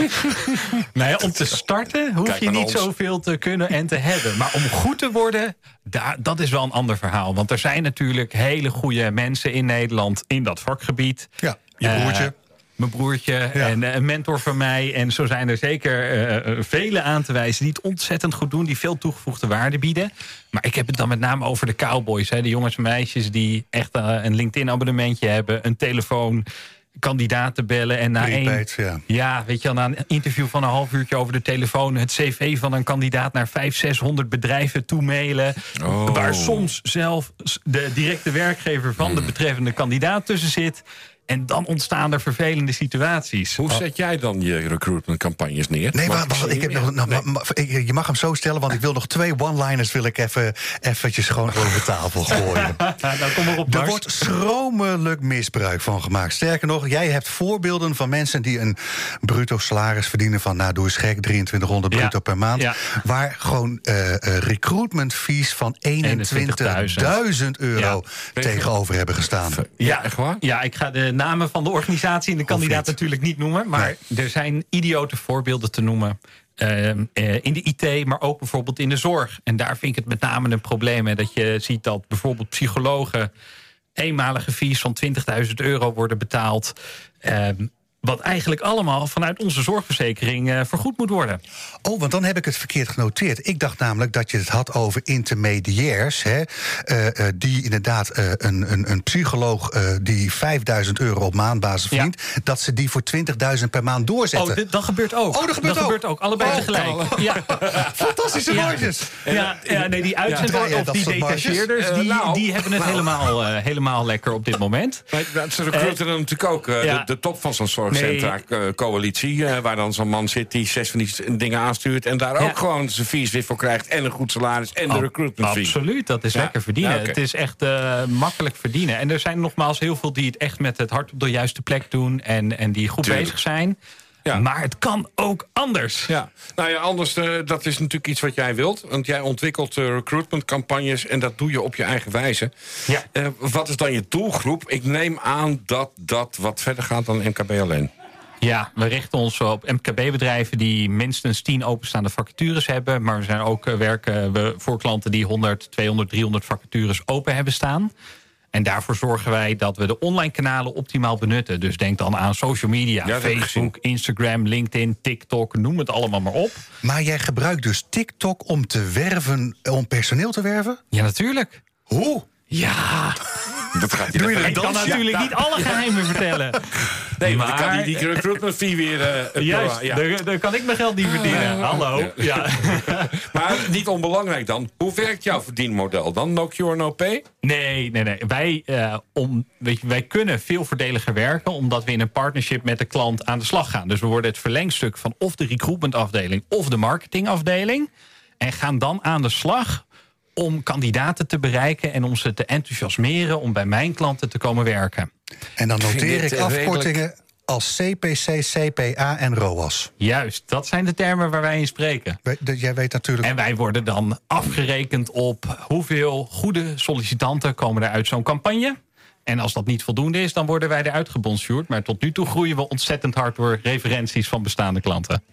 Nou ja, om te starten hoef Kijk je niet ons. zoveel te kunnen en te hebben. Maar om goed te worden, daar, dat is wel een ander verhaal. Want er zijn natuurlijk hele goede mensen in Nederland in dat vakgebied. Ja, je broertje. Uh, mijn broertje ja. en uh, een mentor van mij. En zo zijn er zeker uh, vele aan te wijzen die het ontzettend goed doen, die veel toegevoegde waarde bieden. Maar ik heb het dan met name over de cowboys. Hè, de jongens en meisjes die echt uh, een LinkedIn-abonnementje hebben, een telefoon, kandidaten bellen en na Prepaid, een, ja. ja, weet je wel, na een interview van een half uurtje over de telefoon het cv van een kandidaat naar vijfhonderd, zeshonderd bedrijven toemailen. Oh. Waar soms zelf de directe werkgever van de betreffende kandidaat tussen zit. En dan ontstaan er vervelende situaties. Hoe zet jij dan je recruitmentcampagnes neer? Nee, maar, wacht, ik heb nog, nog, nee. ma, ik, je mag hem zo stellen, want ik wil nog twee one-liners wil ik even eventjes gewoon over tafel gooien. Nou, kom maar op, er wordt schromelijk misbruik van gemaakt. Sterker nog, jij hebt voorbeelden van mensen die een bruto salaris verdienen van, nou doe eens gek, drieëntwintighonderd bruto ja. per maand. Ja. Waar gewoon uh, uh, recruitment fees van eenentwintigduizend euro ja. tegenover hebben gestaan. Ja, echt waar? Ja, ik ga de namen van de organisatie en de kandidaat natuurlijk niet noemen. Maar nee. er zijn idiote voorbeelden te noemen. Uh, uh, in de I T, maar ook bijvoorbeeld in de zorg. En daar vind ik het met name een probleem. Hè, dat je ziet dat bijvoorbeeld psychologen eenmalige fees van twintigduizend euro worden betaald. Uh, Wat eigenlijk allemaal vanuit onze zorgverzekering uh, vergoed moet worden. Oh, want dan heb ik het verkeerd genoteerd. Ik dacht namelijk dat je het had over intermediairs. Hè, uh, uh, die inderdaad uh, een, een, een psycholoog uh, die vijfduizend euro op maandbasis verdient, ja. dat ze die voor twintigduizend per maand doorzetten. Oh, dit, dat gebeurt ook. Oh, dat gebeurt dat ook. gebeurt ook. Allebei oh, tegelijk. Ja. Fantastische marges. Ja, ja, ja, nee, die uitzenders ja, of die detacheerders, uh, die, nou, die hebben het nou. helemaal, uh, helemaal lekker op dit moment. Maar ze recruiten uh, natuurlijk ook uh, ja. de, de top van zo'n zorg. Centra-coalitie, nee. uh, waar dan zo'n man zit die zes van die dingen aanstuurt en daar ja. ook gewoon zijn fees weer voor krijgt en een goed salaris en de oh, recruitment fee. Absoluut, dat is ja. lekker verdienen. Ja, okay. Het is echt uh, makkelijk verdienen. En er zijn nogmaals heel veel die het echt met het hart op de juiste plek doen en, en die goed Tuurlijk. bezig zijn. Ja. Maar het kan ook anders. Ja. Nou ja, anders, uh, dat is natuurlijk iets wat jij wilt. Want jij ontwikkelt uh, recruitmentcampagnes en dat doe je op je eigen wijze. Ja. Uh, wat is dan je doelgroep? Ik neem aan dat dat wat verder gaat dan M K B alleen. Ja, we richten ons op M K B-bedrijven die minstens tien openstaande vacatures hebben. Maar we zijn ook uh, werken we voor klanten die honderd, tweehonderd, driehonderd vacatures open hebben staan. En daarvoor zorgen wij dat we de online kanalen optimaal benutten. Dus denk dan aan social media, ja, Facebook, Instagram, LinkedIn, TikTok, noem het allemaal maar op. Maar jij gebruikt dus TikTok om te werven, om personeel te werven? Ja, natuurlijk. Hoe? Ja, Dat gaat Doe je ik kan dans? natuurlijk Ja, niet alle geheimen vertellen. Nee, maar Maar- dan kan die, die recruitment fee weer... Uh, Juist, ja. daar, daar kan ik mijn geld niet verdienen. Hallo. Ja. Maar niet onbelangrijk dan. Hoe werkt jouw verdienmodel dan? No cure, no pay? Nee, nee, nee. Wij, uh, om, weet je, wij kunnen veel voordeliger werken omdat we in een partnership met de klant aan de slag gaan. Dus we worden het verlengstuk van of de recruitmentafdeling of de marketingafdeling. En gaan dan aan de slag om kandidaten te bereiken en om ze te enthousiasmeren om bij mijn klanten te komen werken. En dan vind noteer dit, ik eh, afkortingen als C P C, C P A en R O A S. Juist, dat zijn de termen waar wij in spreken. We- dat- Jij weet natuurlijk... En wij worden dan afgerekend op hoeveel goede sollicitanten komen er uit zo'n campagne. En als dat niet voldoende is, dan worden wij eruit gebonjourd. Maar tot nu toe groeien we ontzettend hard door referenties van bestaande klanten.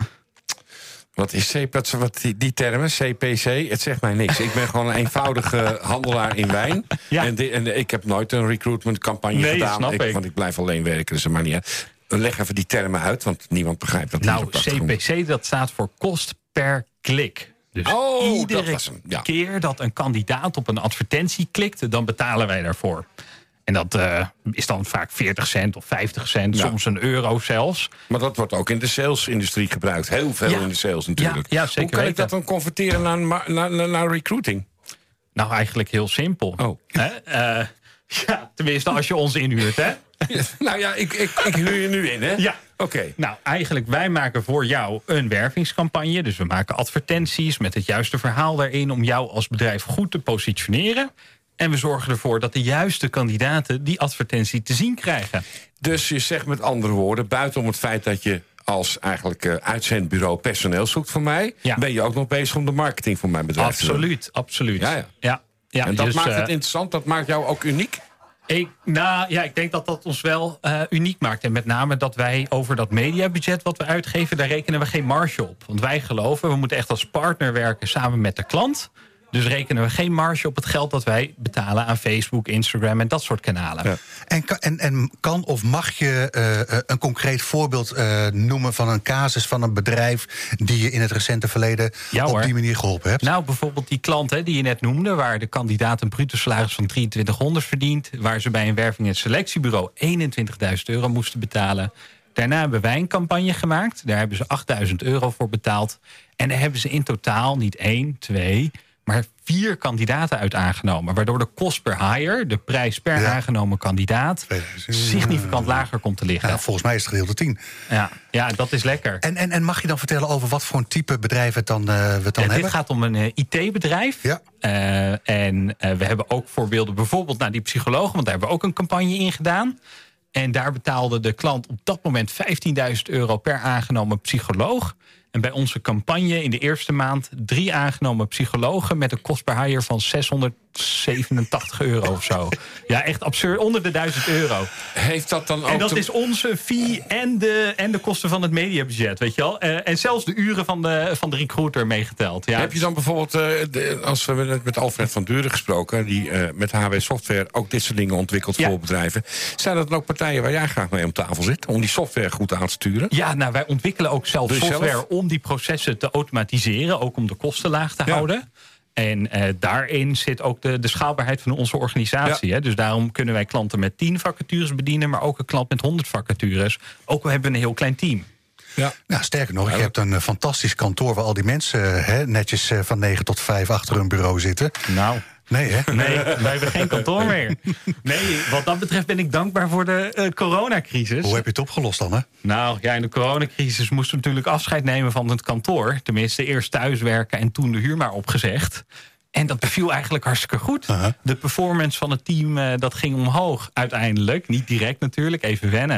Wat is C, wat, wat die, die termen, C P C? Het zegt mij niks. Ik ben gewoon een eenvoudige handelaar in wijn. Ja. En, de, en ik heb nooit een recruitment campagne Nee, gedaan. snap ik. Want ik blijf alleen werken, dus dat maakt niet uit. Leg even die termen uit, want niemand begrijpt dat. Nou, niet op de achtergrond. C P C, dat staat voor kost per klik. Dus Oh, dat iedere was hem, ja. keer dat een kandidaat op een advertentie klikt, dan betalen wij daarvoor. En dat uh, is dan vaak veertig cent of vijftig cent, Ja. soms een euro zelfs. Maar dat wordt ook in de salesindustrie gebruikt. Heel veel Ja. in de sales natuurlijk. Ja, ja, zeker Hoe kan ik weten. dat dan converteren naar, naar, naar, naar recruiting? Nou, eigenlijk heel simpel. Oh. Hè? Uh, ja, tenminste als je ons inhuurt, hè? Nou ja, ik, ik, ik huur je nu in, hè? Ja. Oké. Nou, eigenlijk, wij maken voor jou een wervingscampagne. Dus we maken advertenties met het juiste verhaal daarin om jou als bedrijf goed te positioneren. En we zorgen ervoor dat de juiste kandidaten die advertentie te zien krijgen. Dus je zegt met andere woorden, buiten om het feit dat je als eigenlijk uh, uitzendbureau personeel zoekt voor mij, Ja. ben je ook nog bezig om de marketing voor mijn bedrijf te doen. Absoluut, absoluut. Ja, ja. ja, ja, En dat dus, maakt het eh, interessant, dat maakt jou ook uniek. Ik, nou ja, ik denk dat dat ons wel uh, uniek maakt. En met name dat wij over dat mediabudget wat we uitgeven, daar rekenen we geen marge op. Want wij geloven, we moeten echt als partner werken samen met de klant. Dus rekenen we geen marge op het geld dat wij betalen aan Facebook, Instagram en dat soort kanalen. Ja. En, kan- en, en kan of mag je uh, een concreet voorbeeld uh, noemen van een casus van een bedrijf die je in het recente verleden Ja, op hoor. die manier geholpen hebt? Nou, bijvoorbeeld die klant hè, die je net noemde, waar de kandidaat een bruto salaris van drieëntwintighonderd verdient, waar ze bij een werving- en selectiebureau eenentwintigduizend euro moesten betalen. Daarna hebben wij een campagne gemaakt. Daar hebben ze achtduizend euro voor betaald. En daar hebben ze in totaal niet één, twee, maar vier kandidaten uit aangenomen. Waardoor de kost per hire, de prijs per Ja. aangenomen kandidaat, significant lager komt te liggen. Ja, volgens mij is het gedeelte tien. Ja, ja, dat is lekker. En, en, en mag je dan vertellen over wat voor een type bedrijf het dan, uh, we het dan Ja, dit hebben? gaat om een uh, I T-bedrijf. Ja. Uh, en uh, we hebben ook voorbeelden bijvoorbeeld naar die psychologen, want daar hebben we ook een campagne in gedaan. En daar betaalde de klant op dat moment vijftienduizend euro per aangenomen psycholoog. En bij onze campagne in de eerste maand drie aangenomen psychologen met een kost per hire van zeshonderdzevenentachtig euro of zo. Ja, echt absurd, onder de duizend euro. Heeft dat dan ook... En dat te- is onze fee en de, en de kosten van het mediabudget, weet je wel. Uh, en zelfs de uren van de, van de recruiter meegeteld. Ja. Heb je dan bijvoorbeeld, uh, de, als we net met Alfred van Duren gesproken, die uh, met H W Software ook dit soort dingen ontwikkelt Ja. voor bedrijven, zijn dat dan ook partijen waar jij graag mee om tafel zit, om die software goed aan te sturen? Ja, nou, wij ontwikkelen ook zelf Doe je software zelf? om die processen te automatiseren. Ook om de kosten laag te Ja. houden. En uh, daarin zit ook de, de schaalbaarheid van onze organisatie. Ja. Hè? Dus daarom kunnen wij klanten met tien vacatures bedienen, maar ook een klant met honderd vacatures. Ook al hebben we een heel klein team. Ja. Nou, sterker nog, je hebt een uh, fantastisch kantoor waar al die mensen uh, hè, netjes uh, van negen tot vijf achter hun bureau zitten. Nou, Nee, hè? nee, wij hebben geen kantoor meer. Nee, wat dat betreft ben ik dankbaar voor de uh, coronacrisis. Hoe heb je het opgelost dan, hè? Nou, ja, in de coronacrisis moesten we natuurlijk afscheid nemen van het kantoor. Tenminste, eerst thuiswerken en toen de huur maar opgezegd. En dat beviel eigenlijk hartstikke goed. Uh-huh. De performance van het team, uh, dat ging omhoog uiteindelijk. Niet direct natuurlijk, even wennen.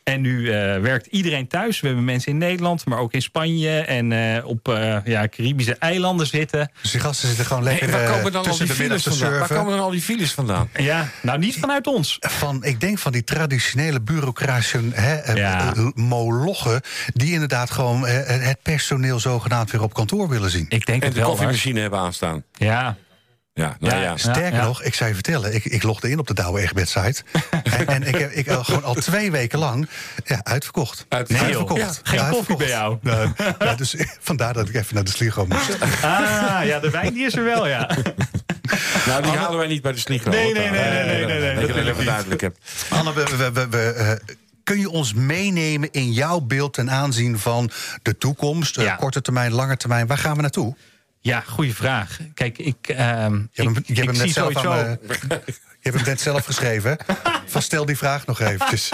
En nu uh, werkt iedereen thuis. We hebben mensen in Nederland, maar ook in Spanje en uh, op uh, ja, Caribische eilanden zitten. Dus die gasten zitten gewoon lekker hey, waar komen dan tussen al die de middag te files vandaan? surfen. Waar komen dan al die files vandaan? Ja, nou niet vanuit ons. Van, ik denk van die traditionele bureaucratische hè, Ja. uh, molochen... die inderdaad gewoon uh, het personeel zogenaamd weer op kantoor willen zien. Ik denk En het de wel. koffiemachine hebben aanstaan. Ja. Ja, nou ja. Ja. Sterker ja. nog, ik zou je vertellen, ik, ik logde in op de Douwe Egberts-site. en en ik heb ik, uh, gewoon al twee weken lang ja, uitverkocht. Uit- Nee, joh. uitverkocht. Ja, geen Ja, koffie uitverkocht. bij jou. Nou, ja, dus vandaar dat ik even naar de Sligo moest. Ah, ja, de wijn die is er wel, ja. Nou, die halen wij niet bij de Sligo. Nee, nee, nee, nee, nee, nee, nee, Dat je dat natuurlijk even niet. duidelijk hebt. Anne, we, we, we, we, uh, kun je ons meenemen in jouw beeld ten aanzien van de toekomst? Uh, Ja. korte termijn, lange termijn, waar gaan we naartoe? Ja, goede vraag. Kijk, ik, uh, Je hebt ik, hem, je hebt ik hem zie net zelf sowieso... aan, uh, je hebt hem net zelf geschreven. Van stel die vraag nog eventjes.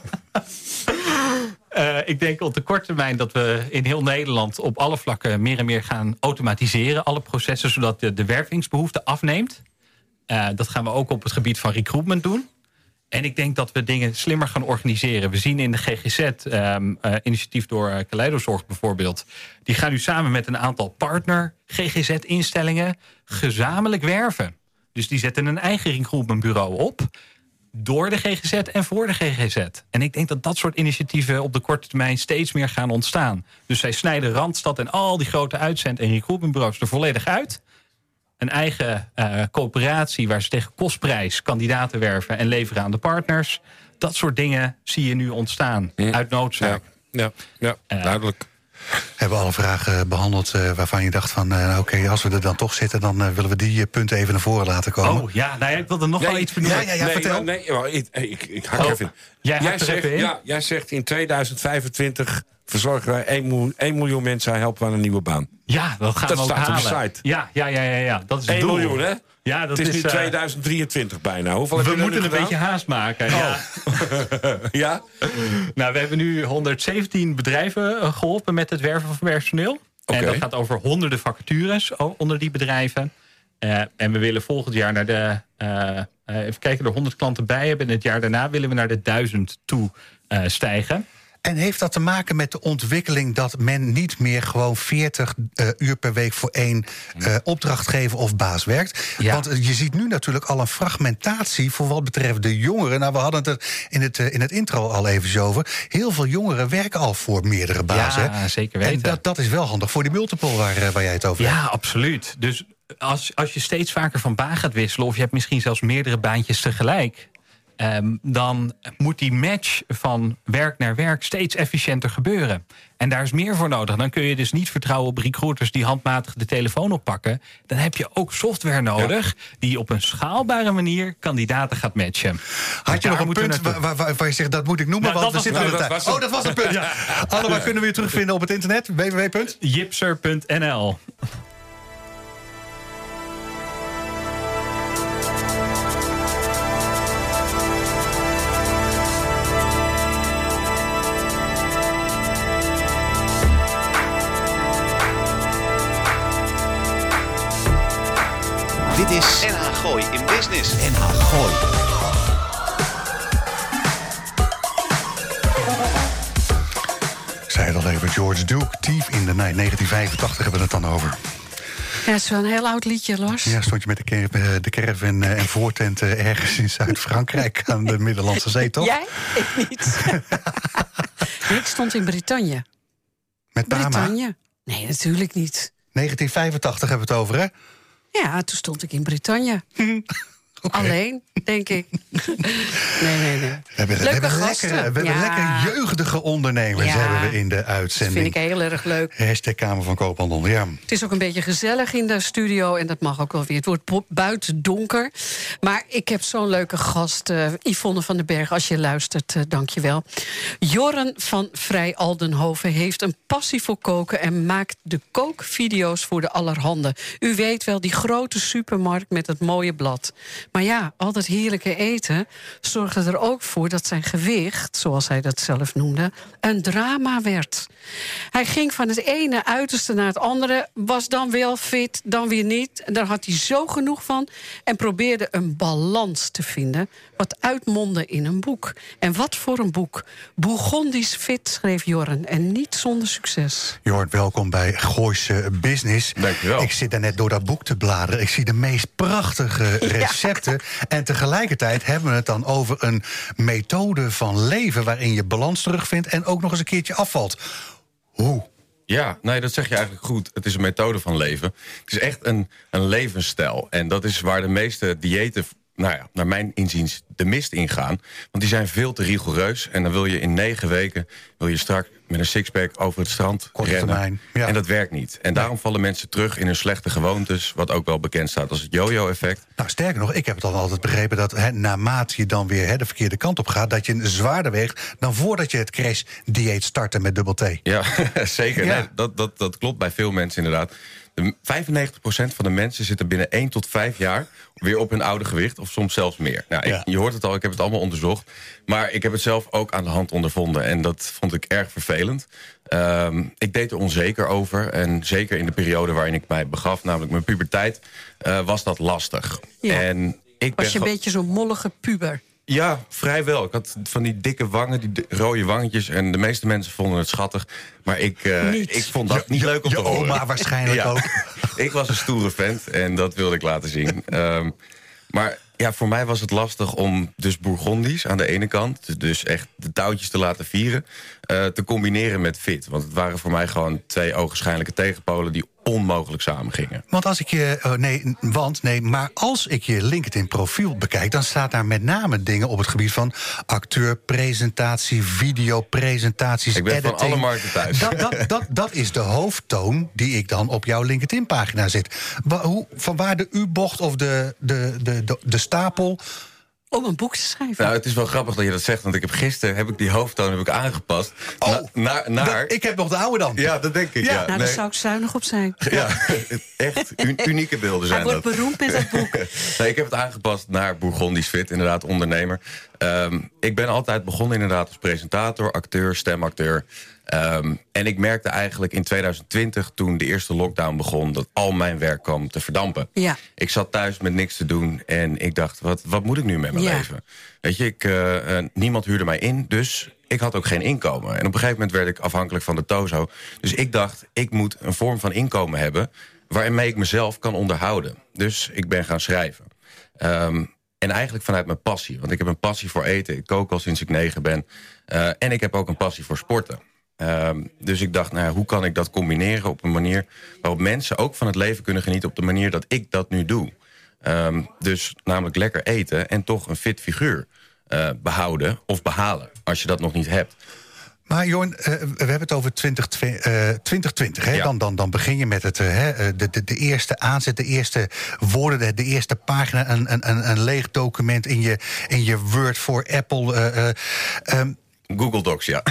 Uh, ik denk op de korte termijn dat we in heel Nederland op alle vlakken meer en meer gaan automatiseren. Alle processen, zodat de, de wervingsbehoefte afneemt. Uh, dat gaan we ook op het gebied van recruitment doen. En ik denk dat we dingen slimmer gaan organiseren. We zien in de G G Z, um, uh, initiatief door uh, Kaleidozorg bijvoorbeeld... die gaan nu samen met een aantal partner G G Z-instellingen gezamenlijk werven. Dus die zetten een eigen recruitmentbureau op... door de G G Z en voor de G G Z. En ik denk dat dat soort initiatieven op de korte termijn steeds meer gaan ontstaan. Dus zij snijden Randstad en al die grote uitzend- en recruitmentbureaus er volledig uit. Een eigen uh, coöperatie waar ze tegen kostprijs kandidaten werven en leveren aan de partners. Dat soort dingen zie je nu ontstaan Hm. uit noodzaak. Ja, ja, ja Uh, duidelijk. Hebben we alle vragen behandeld uh, waarvan je dacht van... Uh, oké, okay, als we er dan toch zitten, dan uh, willen we die uh, punten even naar voren laten komen. Oh ja, nou ja, ik wilde nog wel iets benoemen. ja, ja, ja, nee, vertel. Nee, nee, ik, ik, ik hak Oh, even in. jij Jij hakt er zegt, even in? ja, jij zegt in tweeduizend vijfentwintig verzorgen wij één miljoen mensen helpen aan een nieuwe baan. Ja, dat gaan Dat we ook staat op halen. de site. Ja, ja, ja, ja, ja. Dat is het één doel. miljoen, hè? Ja, dat Het is, is nu uh, tweeduizend drieëntwintig bijna. Hoeveel heb we je er moeten nu een gedaan? beetje haast maken. Oh. Ja. Ja? Nou, we hebben nu honderdzeventien bedrijven uh, geholpen met het werven van personeel. Oké. En dat gaat over honderden vacatures o- onder die bedrijven. Uh, en we willen volgend jaar naar de... Uh, uh, even kijken, er honderd klanten bij hebben. En het jaar daarna willen we naar de duizend toe uh, stijgen. En heeft dat te maken met de ontwikkeling dat men niet meer gewoon veertig uh, uur per week voor één uh, opdrachtgever of baas werkt? Ja. Want uh, je ziet nu natuurlijk al een fragmentatie voor wat betreft de jongeren. Nou, we hadden het er in het, uh, in het intro al even over. Heel veel jongeren werken al voor meerdere bazen. Ja, zeker weten. En dat, dat is wel handig voor die multiple waar, uh, waar jij het over hebt. Ja, absoluut. Dus als, als je steeds vaker van baan gaat wisselen... of je hebt misschien zelfs meerdere baantjes tegelijk... Um, dan moet die match van werk naar werk steeds efficiënter gebeuren. En daar is meer voor nodig. Dan kun je dus niet vertrouwen op recruiters die handmatig de telefoon oppakken. Dan heb je ook software nodig ja. die op een schaalbare manier kandidaten gaat matchen. Had je nog een punt waar, waar, waar, waar je zegt dat moet ik noemen? Nou, want we dat zitten was, aan de dat tijd. Oh, dat was het punt. Ja. Anne, waar kunnen we je terugvinden op het internet? w w w punt jipser punt n l. Dit is N H Gooi in Business. N H Gooi. Ik zei het al even, George Duke, Thief in the Night, negentien vijfentachtig hebben we het dan over. Ja, het is wel een heel oud liedje, Lars. Ja, stond je met de, ker- de caravan en voortent ergens in Zuid-Frankrijk aan de Middellandse Zee, toch? Jij? Ik niet. Nee, ik stond in Bretagne. Met Pama? Bretagne? Nee, natuurlijk niet. negentien vijfentachtig hebben we het over, hè? Ja, toen stond ik in Bretagne. Okay. Alleen, denk ik. nee, nee, nee. We hebben, Leuke we hebben, gasten. lekker, we hebben Ja. lekker jeugdige ondernemers Ja. hebben we in de Dat uitzending. vind ik heel erg leuk. Hashtag Kamer van Koophandel, ja. Het is ook een beetje gezellig in de studio en dat mag ook wel weer. Het wordt po- buiten donker. Maar ik heb zo'n leuke gast, uh, Yvonne van den Berg. Als je luistert, uh, dank je wel. Jorren van Vrij Aldenhoven heeft een passie voor koken en maakt de kookvideo's voor de allerhande. U weet wel, die grote supermarkt met het mooie blad. Maar ja, al dat heerlijke eten zorgde er ook voor dat zijn gewicht, zoals hij dat zelf noemde, een drama werd. Hij ging van het ene uiterste naar het andere, was dan wel fit, dan weer niet. En daar had hij zo genoeg van en probeerde een balans te vinden, wat uitmondde in een boek. En wat voor een boek. Bourgondisch Fit, schreef Jorn, en niet zonder succes. Jorn, welkom bij Gooise Business. Dankjewel. Ik zit daar net door dat boek te bladeren. Ik zie de meest prachtige recepten. Ja. En tegelijkertijd hebben we het dan over een methode van leven waarin je balans terugvindt en ook nog eens een keertje afvalt. Hoe? Ja, nee, dat zeg je eigenlijk goed. Het is een methode van leven. Het is echt een, een levensstijl. En dat is waar de meeste diëten, nou ja, naar mijn inziens, de mist ingaan. Want die zijn veel te rigoureus. En dan wil je in negen weken, wil je strak met een sixpack over het strand Korte rennen. termijn, ja. En dat werkt niet. En daarom vallen mensen terug in hun slechte gewoontes, wat ook wel bekend staat als het yo-yo-effect. Nou, sterker nog, ik heb het al altijd begrepen dat he, naarmate je dan weer he, de verkeerde kant op gaat, dat je zwaarder weegt dan voordat je het crash-dieet startte met dubbel T. Ja, zeker. Ja. Nee, dat, dat, dat klopt bij veel mensen inderdaad. De vijfennegentig procent van de mensen zitten binnen één tot vijf jaar weer op hun oude gewicht, of soms zelfs meer. Nou, ik, Ja. je hoort het al, ik heb het allemaal onderzocht. Maar ik heb het zelf ook aan de hand ondervonden. En dat vond ik erg vervelend. Um, ik deed er onzeker over. En zeker in de periode waarin ik mij begaf, namelijk mijn puberteit, uh, was dat lastig. Ja. En ik ben Was je een beetje zo'n mollige puber? Ja, vrijwel. Ik had van die dikke wangen, die di- rode wangetjes. En de meeste mensen vonden het schattig. Maar ik, uh, Niet. ik vond dat Je- niet je- leuk om je te horen. oma waarschijnlijk Ja. ook. Ik was een stoere vent en dat wilde ik laten zien. Um, maar ja, voor mij was het lastig om dus Bourgondisch aan de ene kant, dus echt de touwtjes te laten vieren, uh, te combineren met fit. Want het waren voor mij gewoon twee ogenschijnlijke tegenpolen die onmogelijk samen gingen. Want als ik je, oh nee, want nee, maar als ik je LinkedIn profiel bekijk, dan staat daar met name dingen op het gebied van acteur, presentatie, video, presentaties, Ik ben editing. van alle markten thuis. Dat, dat, dat, dat is de hoofdtoon die ik dan op jouw LinkedIn pagina zit. Wa, hoe, van waar de U-bocht of de, de, de, de, de stapel? Om een boek te schrijven. Nou, het is wel grappig dat je dat zegt, want ik heb gisteren heb ik die hoofdtoon heb ik aangepast. Oh, na, naar, naar Dat- ik heb nog de oude dan. Ja, dat denk ik. Ja. Ja, nou, daar Nee. zou ik zuinig op zijn. Ja, echt un- unieke beelden Hij zijn wordt dat. beroemd met dat boek. Nee, ik heb het aangepast naar Bourgondisch Fit, inderdaad, ondernemer. Um, ik ben altijd begonnen inderdaad als presentator, acteur, stemacteur. Um, en ik merkte eigenlijk in tweeduizend twintig, toen de eerste lockdown begon, dat al mijn werk kwam te verdampen. Ja. Ik zat thuis met niks te doen en ik dacht, wat, wat moet ik nu met mijn Ja. leven? Weet je, ik, uh, uh, niemand huurde mij in, dus ik had ook geen inkomen. En op een gegeven moment werd ik afhankelijk van de Tozo. Dus ik dacht, ik moet een vorm van inkomen hebben waarmee ik mezelf kan onderhouden. Dus ik ben gaan schrijven. Um, en eigenlijk vanuit mijn passie. Want ik heb een passie voor eten. Ik kook al sinds ik negen ben. Uh, en ik heb ook een passie voor sporten. Um, dus ik dacht, nou, hoe kan ik dat combineren op een manier waarop mensen ook van het leven kunnen genieten op de manier dat ik dat nu doe. Um, dus namelijk lekker eten en toch een fit figuur uh, behouden of behalen als je dat nog niet hebt. Maar Jorn, uh, we hebben het over twintig twintig. Hè? Ja. Dan, dan, dan begin je met het, uh, hè, de, de, de eerste aanzet, de eerste woorden, de, de eerste pagina, een, een, een leeg document in je, in je Word voor Apple. Uh, uh, um, Google Docs, ja.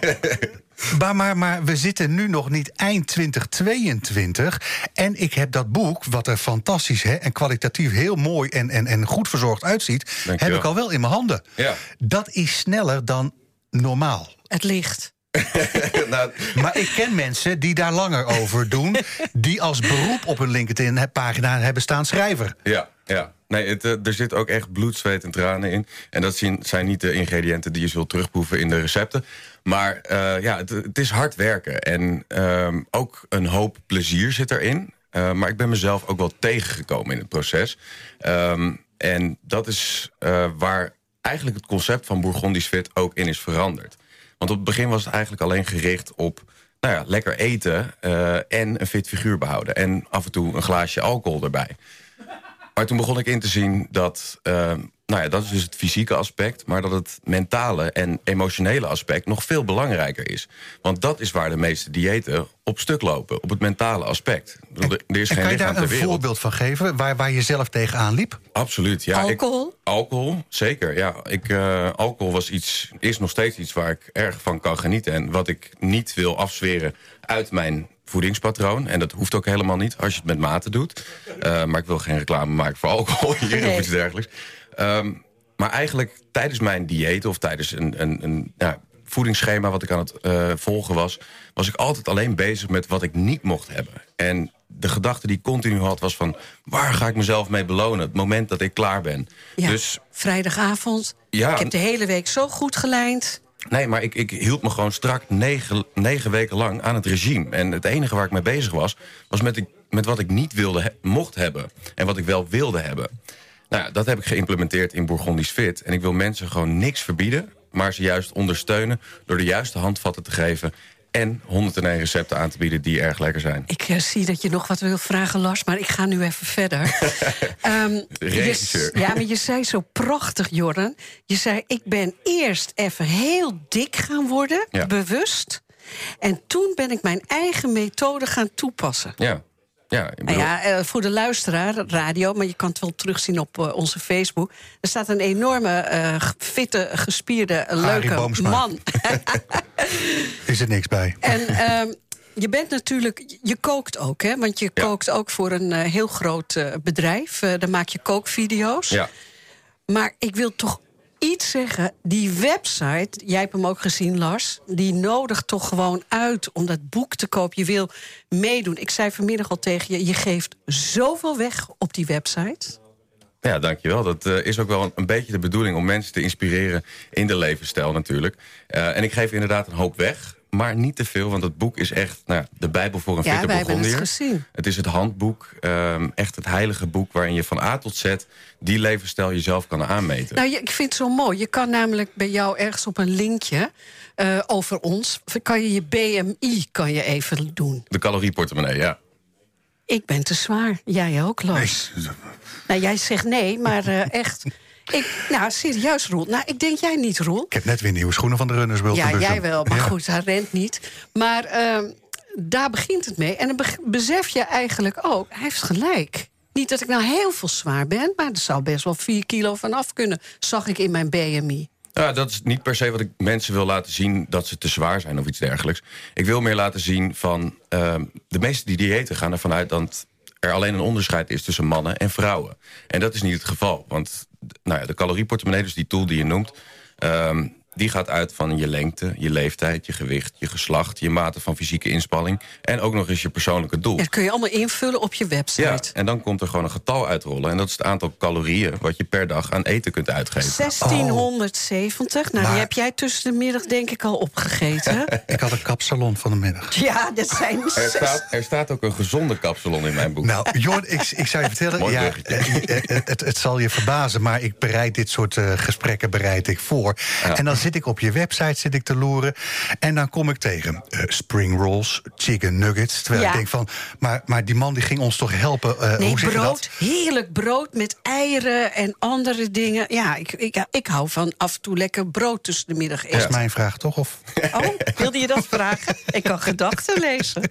Maar, maar, maar we zitten nu nog niet eind twintig tweeëntwintig. En ik heb dat boek, wat er fantastisch hè, en kwalitatief heel mooi en, en, en goed verzorgd uitziet, Dank je heb wel. ik al wel in mijn handen. Ja. Dat is sneller dan normaal. Het licht. nou, Maar ik ken mensen die daar langer over doen, die als beroep op hun LinkedIn-pagina hebben staan schrijver. Ja, ja. Nee, het, uh, er zit ook echt bloed, zweet en tranen in. En dat zien, zijn niet de ingrediënten die je zult terugproeven in de recepten. Maar uh, ja, het, het is hard werken. En um, ook een hoop plezier zit erin. Uh, maar ik ben mezelf ook wel tegengekomen in het proces. Um, en dat is uh, waar eigenlijk het concept van Bourgondisch Fit ook in is veranderd. Want op het begin was het eigenlijk alleen gericht op nou ja, lekker eten uh, en een fit figuur behouden. En af en toe een glaasje alcohol erbij. Maar toen begon ik in te zien dat, uh, nou ja, dat is dus het fysieke aspect, maar dat het mentale en emotionele aspect nog veel belangrijker is. Want dat is waar de meeste diëten op stuk lopen, op het mentale aspect. Ik bedoel, er is En geen kan je lichaam daar een ter wereld. voorbeeld van geven waar, waar je zelf tegenaan liep? Absoluut, ja. Alcohol? Ik, alcohol, zeker, ja. Ik, uh, alcohol was iets, is nog steeds iets waar ik erg van kan genieten. En wat ik niet wil afzweren uit mijn voedingspatroon. En dat hoeft ook helemaal niet als je het met mate doet. Uh, maar ik wil geen reclame maken voor alcohol hier nee. of iets dergelijks. Um, maar eigenlijk tijdens mijn dieet of tijdens een, een, een ja, voedingsschema wat ik aan het uh, volgen was, was ik altijd alleen bezig met wat ik niet mocht hebben. En de gedachte die ik continu had was van, waar ga ik mezelf mee belonen? Het moment dat ik klaar ben. Ja, dus, vrijdagavond. Ja, ik heb de hele week zo goed gelijnd. Nee, maar ik, ik hield me gewoon strak negen, negen weken lang aan het regime. En het enige waar ik mee bezig was, was met, ik, met wat ik niet wilde he, mocht hebben. En wat ik wel wilde hebben. Nou ja, dat heb ik geïmplementeerd in Bourgondisch Fit. En ik wil mensen gewoon niks verbieden, maar ze juist ondersteunen door de juiste handvatten te geven en honderdéén recepten aan te bieden die erg lekker zijn. Ik uh, zie dat je nog wat wil vragen, Lars, maar ik ga nu even verder. um, Regisseur. Je, ja, maar je zei zo prachtig, Jordan. Je zei, ik ben eerst even heel dik gaan worden, ja. bewust. En toen ben ik mijn eigen methode gaan toepassen. Ja. Ja, ik bedoel... nou ja, voor de luisteraar, radio, maar je kan het wel terugzien op uh, onze Facebook. Er staat een enorme, uh, fitte, gespierde, leuke man. Is er niks bij. En uh, je bent natuurlijk, je kookt ook, hè? Want je ja. kookt ook voor een uh, heel groot uh, bedrijf. Uh, dan maak je kookvideo's. Ja. Maar ik wil toch iets zeggen, die website, jij hebt hem ook gezien, Lars, die nodigt toch gewoon uit om dat boek te kopen. Je wil meedoen. Ik zei vanmiddag al tegen je, je geeft zoveel weg op die website. Ja, dankjewel. Dat uh, is ook wel een, een beetje de bedoeling om mensen te inspireren in de levensstijl natuurlijk. Uh, en ik geef inderdaad een hoop weg. Maar niet te veel, want het boek is echt nou, de Bijbel voor een ja, fitte Bourgondier. Ja, wij hebben het gezien. Het is het handboek, um, echt het heilige boek waarin je van A tot Z die levensstijl jezelf kan aanmeten. Nou, ik vind het zo mooi. Je kan namelijk bij jou ergens op een linkje uh, over ons, kan je je B M I kan je even doen. De calorieportemonnee, ja. Ik ben te zwaar. Jij ook, Lars. Nee. Nou, jij zegt nee, maar uh, echt. Ik, nou, serieus, Roel. Nou, ik denk jij niet, Roel. Ik heb net weer nieuwe schoenen van de Runners World. Ja, jij wel, maar ja. goed, hij rent niet. Maar uh, daar begint het mee. En dan besef je eigenlijk ook, hij heeft gelijk. Niet dat ik nou heel veel zwaar ben, maar er zou best wel vier kilo vanaf kunnen, zag ik in mijn B M I. Ja, dat is niet per se wat ik mensen wil laten zien, dat ze te zwaar zijn of iets dergelijks. Ik wil meer laten zien van, uh, de meeste die diëten gaan ervan uit dat er alleen een onderscheid is tussen mannen en vrouwen. En dat is niet het geval, want nou ja, de calorieportemonnee, dus die tool die je noemt, Um, die gaat uit van je lengte, je leeftijd, je gewicht, je geslacht, je mate van fysieke inspanning en ook nog eens je persoonlijke doel. Ja, dat kun je allemaal invullen op je website. Ja, en dan komt er gewoon een getal uitrollen. En dat is het aantal calorieën wat je per dag aan eten kunt uitgeven. zestienhonderdzeventig. Nou, maar die heb jij tussen de middag denk ik al opgegeten. Ik had een kapsalon van de middag. Ja, dat zijn er staat, er staat ook een gezonde kapsalon in mijn boek. Nou, Jorn, ik, ik zou je vertellen, ja, het, het, het zal je verbazen, maar ik bereid dit soort uh, gesprekken bereid ik voor. Ja. En dan zit ik op je website zit ik te loeren. En dan kom ik tegen uh, spring rolls, chicken nuggets. Terwijl ja. ik denk van, maar, maar die man die ging ons toch helpen. Uh, nee, hoe zeg brood, je dat? Heerlijk brood met eieren en andere dingen. Ja, ik, ik, ik hou van af en toe lekker brood tussen de middag eten. Dat is mijn vraag toch? Of? Oh, wilde je dat vragen? Ik kan gedachten lezen.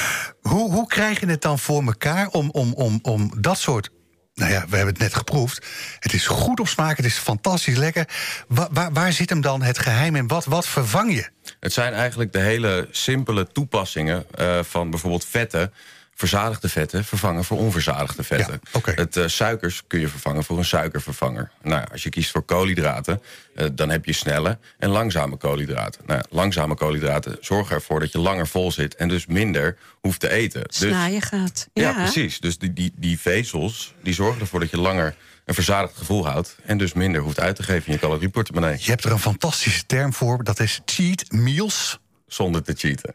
Hoe, hoe krijg je het dan voor elkaar om, om, om, om dat soort... Nou ja, we hebben het net geproefd. Het is goed op smaak, het is fantastisch lekker. Waar, waar, waar zit hem dan het geheim in? Wat, wat vervang je? Het zijn eigenlijk de hele simpele toepassingen uh, van bijvoorbeeld vetten. Verzadigde vetten vervangen voor onverzadigde vetten. Ja, okay. Het uh, suikers kun je vervangen voor een suikervervanger. Nou, als je kiest voor koolhydraten, uh, dan heb je snelle en langzame koolhydraten. Nou, langzame koolhydraten zorgen ervoor dat je langer vol zit en dus minder hoeft te eten. Snaaien dus, gaat. Ja, ja, precies. Dus die, die, die vezels die zorgen ervoor dat je langer een verzadigd gevoel houdt en dus minder hoeft uit te geven in je calorieportemonnee. Je hebt er een fantastische term voor, dat is cheat meals. Zonder te cheaten.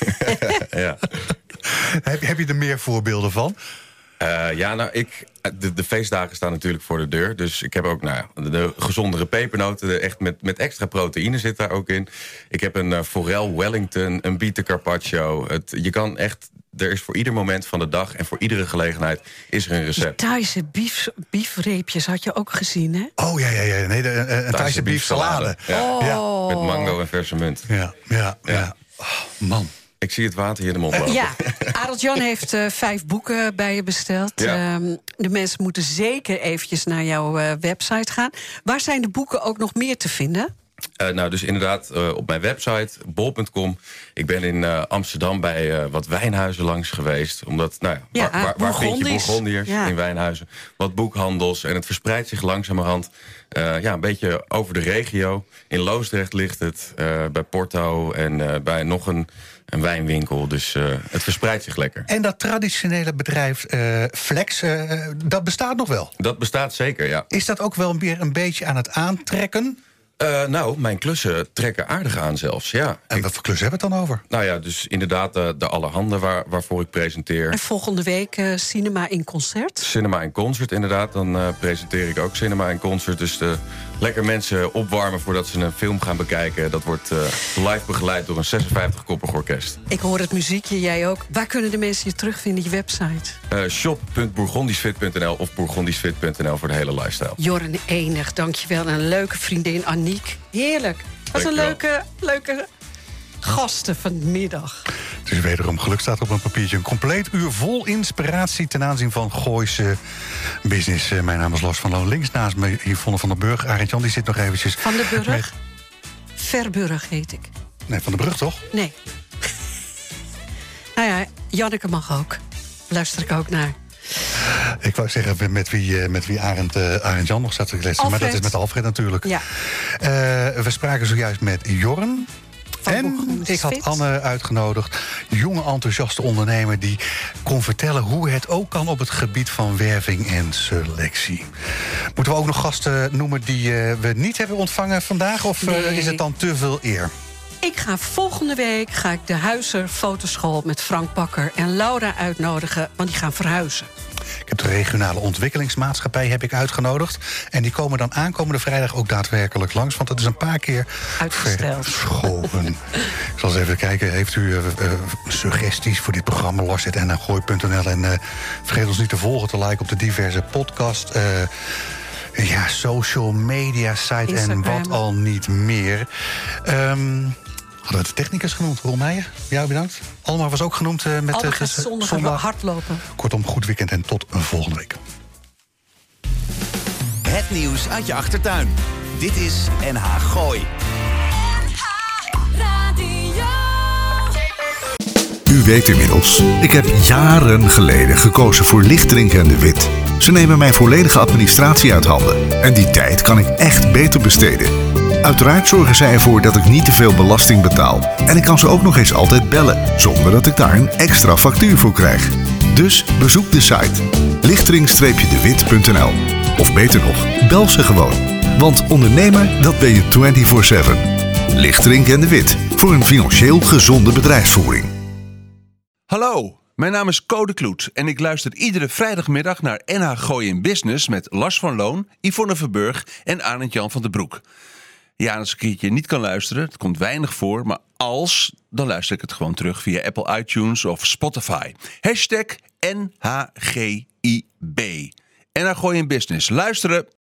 Ja. Heb, heb je er meer voorbeelden van? Uh, ja, nou, ik, de, de feestdagen staan natuurlijk voor de deur. Dus ik heb ook nou, de, de gezondere pepernoten. De, echt met, met extra proteïne zit daar ook in. Ik heb een uh, forel Wellington, een bieten carpaccio. Het, je kan echt... Er is voor ieder moment van de dag en voor iedere gelegenheid is er een recept. Die Thaise bief, biefreepjes had je ook gezien, hè? Oh, ja, ja, ja. Nee, de, een Thaise biefsalade. Ja. Oh. Ja. Met mango en verse munt. Ja, ja, ja. ja. Oh, man. Ik zie het water hier in de mond lopen. Uh, ja, Arendt Jan heeft uh, vijf boeken bij je besteld. Ja. Um, de mensen moeten zeker eventjes naar jouw uh, website gaan. Waar zijn de boeken ook nog meer te vinden? Uh, nou, dus inderdaad uh, op mijn website, bol punt com. Ik ben in uh, Amsterdam bij uh, wat wijnhuizen langs geweest. Omdat, nou ja, ja waar, waar, waar vind je Bourgondiërs ja. in wijnhuizen? Wat boekhandels. En het verspreidt zich langzamerhand uh, ja, een beetje over de regio. In Loosdrecht ligt het, uh, bij Porto en uh, bij nog een, een wijnwinkel. Dus uh, het verspreidt zich lekker. En dat traditionele bedrijf uh, Flex, uh, dat bestaat nog wel? Dat bestaat zeker, ja. Is dat ook wel weer een beetje aan het aantrekken? Uh, nou, mijn klussen trekken aardig aan zelfs, ja. En wat voor klussen hebben we het dan over? Nou ja, dus inderdaad de, de allerhande waar, waarvoor ik presenteer. En volgende week uh, Cinema in Concert? Cinema in Concert, inderdaad. Dan uh, presenteer ik ook Cinema in Concert. Dus de, lekker mensen opwarmen voordat ze een film gaan bekijken. Dat wordt uh, live begeleid door een zesenvijftig-koppig orkest. Ik hoor het muziekje, jij ook. Waar kunnen de mensen je terugvinden, je website? Uh, shop punt bourgondischfit punt n l of bourgondischfit punt n l voor de hele lifestyle. Jorren Enig, dankjewel. En een leuke vriendin, Aniek. Heerlijk. Wat een leuke, leuke gasten vanmiddag. Het is wederom geluk staat op een papiertje. Een compleet uur vol inspiratie ten aanzien van Gooise business. Uh, mijn naam is Lars van Loon. Links naast me Yvonne van der Burg. Arend Jan die zit nog eventjes... Van der Burg? Met... Verburg heet ik. Nee, Van der Brug toch? Nee. Nou ja, Janneke mag ook. Luister ik ook naar. Ik wou zeggen met wie, met wie Arend, uh, Arend Jan nog staat te kletsen. Maar dat is met Alfred natuurlijk. Ja. Uh, we spraken zojuist met Jorren. Van en ik had Anne uitgenodigd. Jonge enthousiaste ondernemer die kon vertellen hoe het ook kan op het gebied van werving en selectie. Moeten we ook nog gasten noemen die uh, we niet hebben ontvangen vandaag? Of nee. uh, is het dan te veel eer? Ik ga volgende week ga ik de Huizer Fotoschool met Frank Bakker en Laura uitnodigen, want die gaan verhuizen. Ik heb de regionale ontwikkelingsmaatschappij heb ik uitgenodigd. En die komen dan aankomende vrijdag ook daadwerkelijk langs. Want dat is een paar keer uitgesteld. Verschoven. Ik zal eens even kijken. Heeft u uh, uh, suggesties voor dit programma? lars at n h gooi punt n l. En uh, vergeet ons niet te volgen, te liken op de diverse podcast. Uh, ja, social media site Instagram. En wat al niet meer. Um, Hadden we de technicus genoemd, Roel Meijer? Ja, bedankt. Almar was ook genoemd uh, met het uh, zondag, zondag hardlopen. Kortom, goed weekend en tot een volgende week. Het nieuws uit je achtertuin. Dit is N H Gooi. N H Radio. U weet inmiddels, ik heb jaren geleden gekozen voor Lichtdrink en de Wit. Ze nemen mijn volledige administratie uit handen. En die tijd kan ik echt beter besteden. Uiteraard zorgen zij ervoor dat ik niet te veel belasting betaal. En ik kan ze ook nog eens altijd bellen, zonder dat ik daar een extra factuur voor krijg. Dus bezoek de site lichtdrink de wit punt n l. Of beter nog, bel ze gewoon. Want ondernemer, dat ben je vierentwintig zeven. Lichtdrink en de Wit, voor een financieel gezonde bedrijfsvoering. Hallo, mijn naam is Code Kloet en ik luister iedere vrijdagmiddag naar N H Gooi in Business met Lars van Loon, Yvonne Verburg en Arend Jan van den Broek. Ja, als ik een keertje niet kan luisteren, het komt weinig voor, maar als, dan luister ik het gewoon terug via Apple iTunes of Spotify. Hashtag N H G I B. N H Gooi in Business. Luisteren!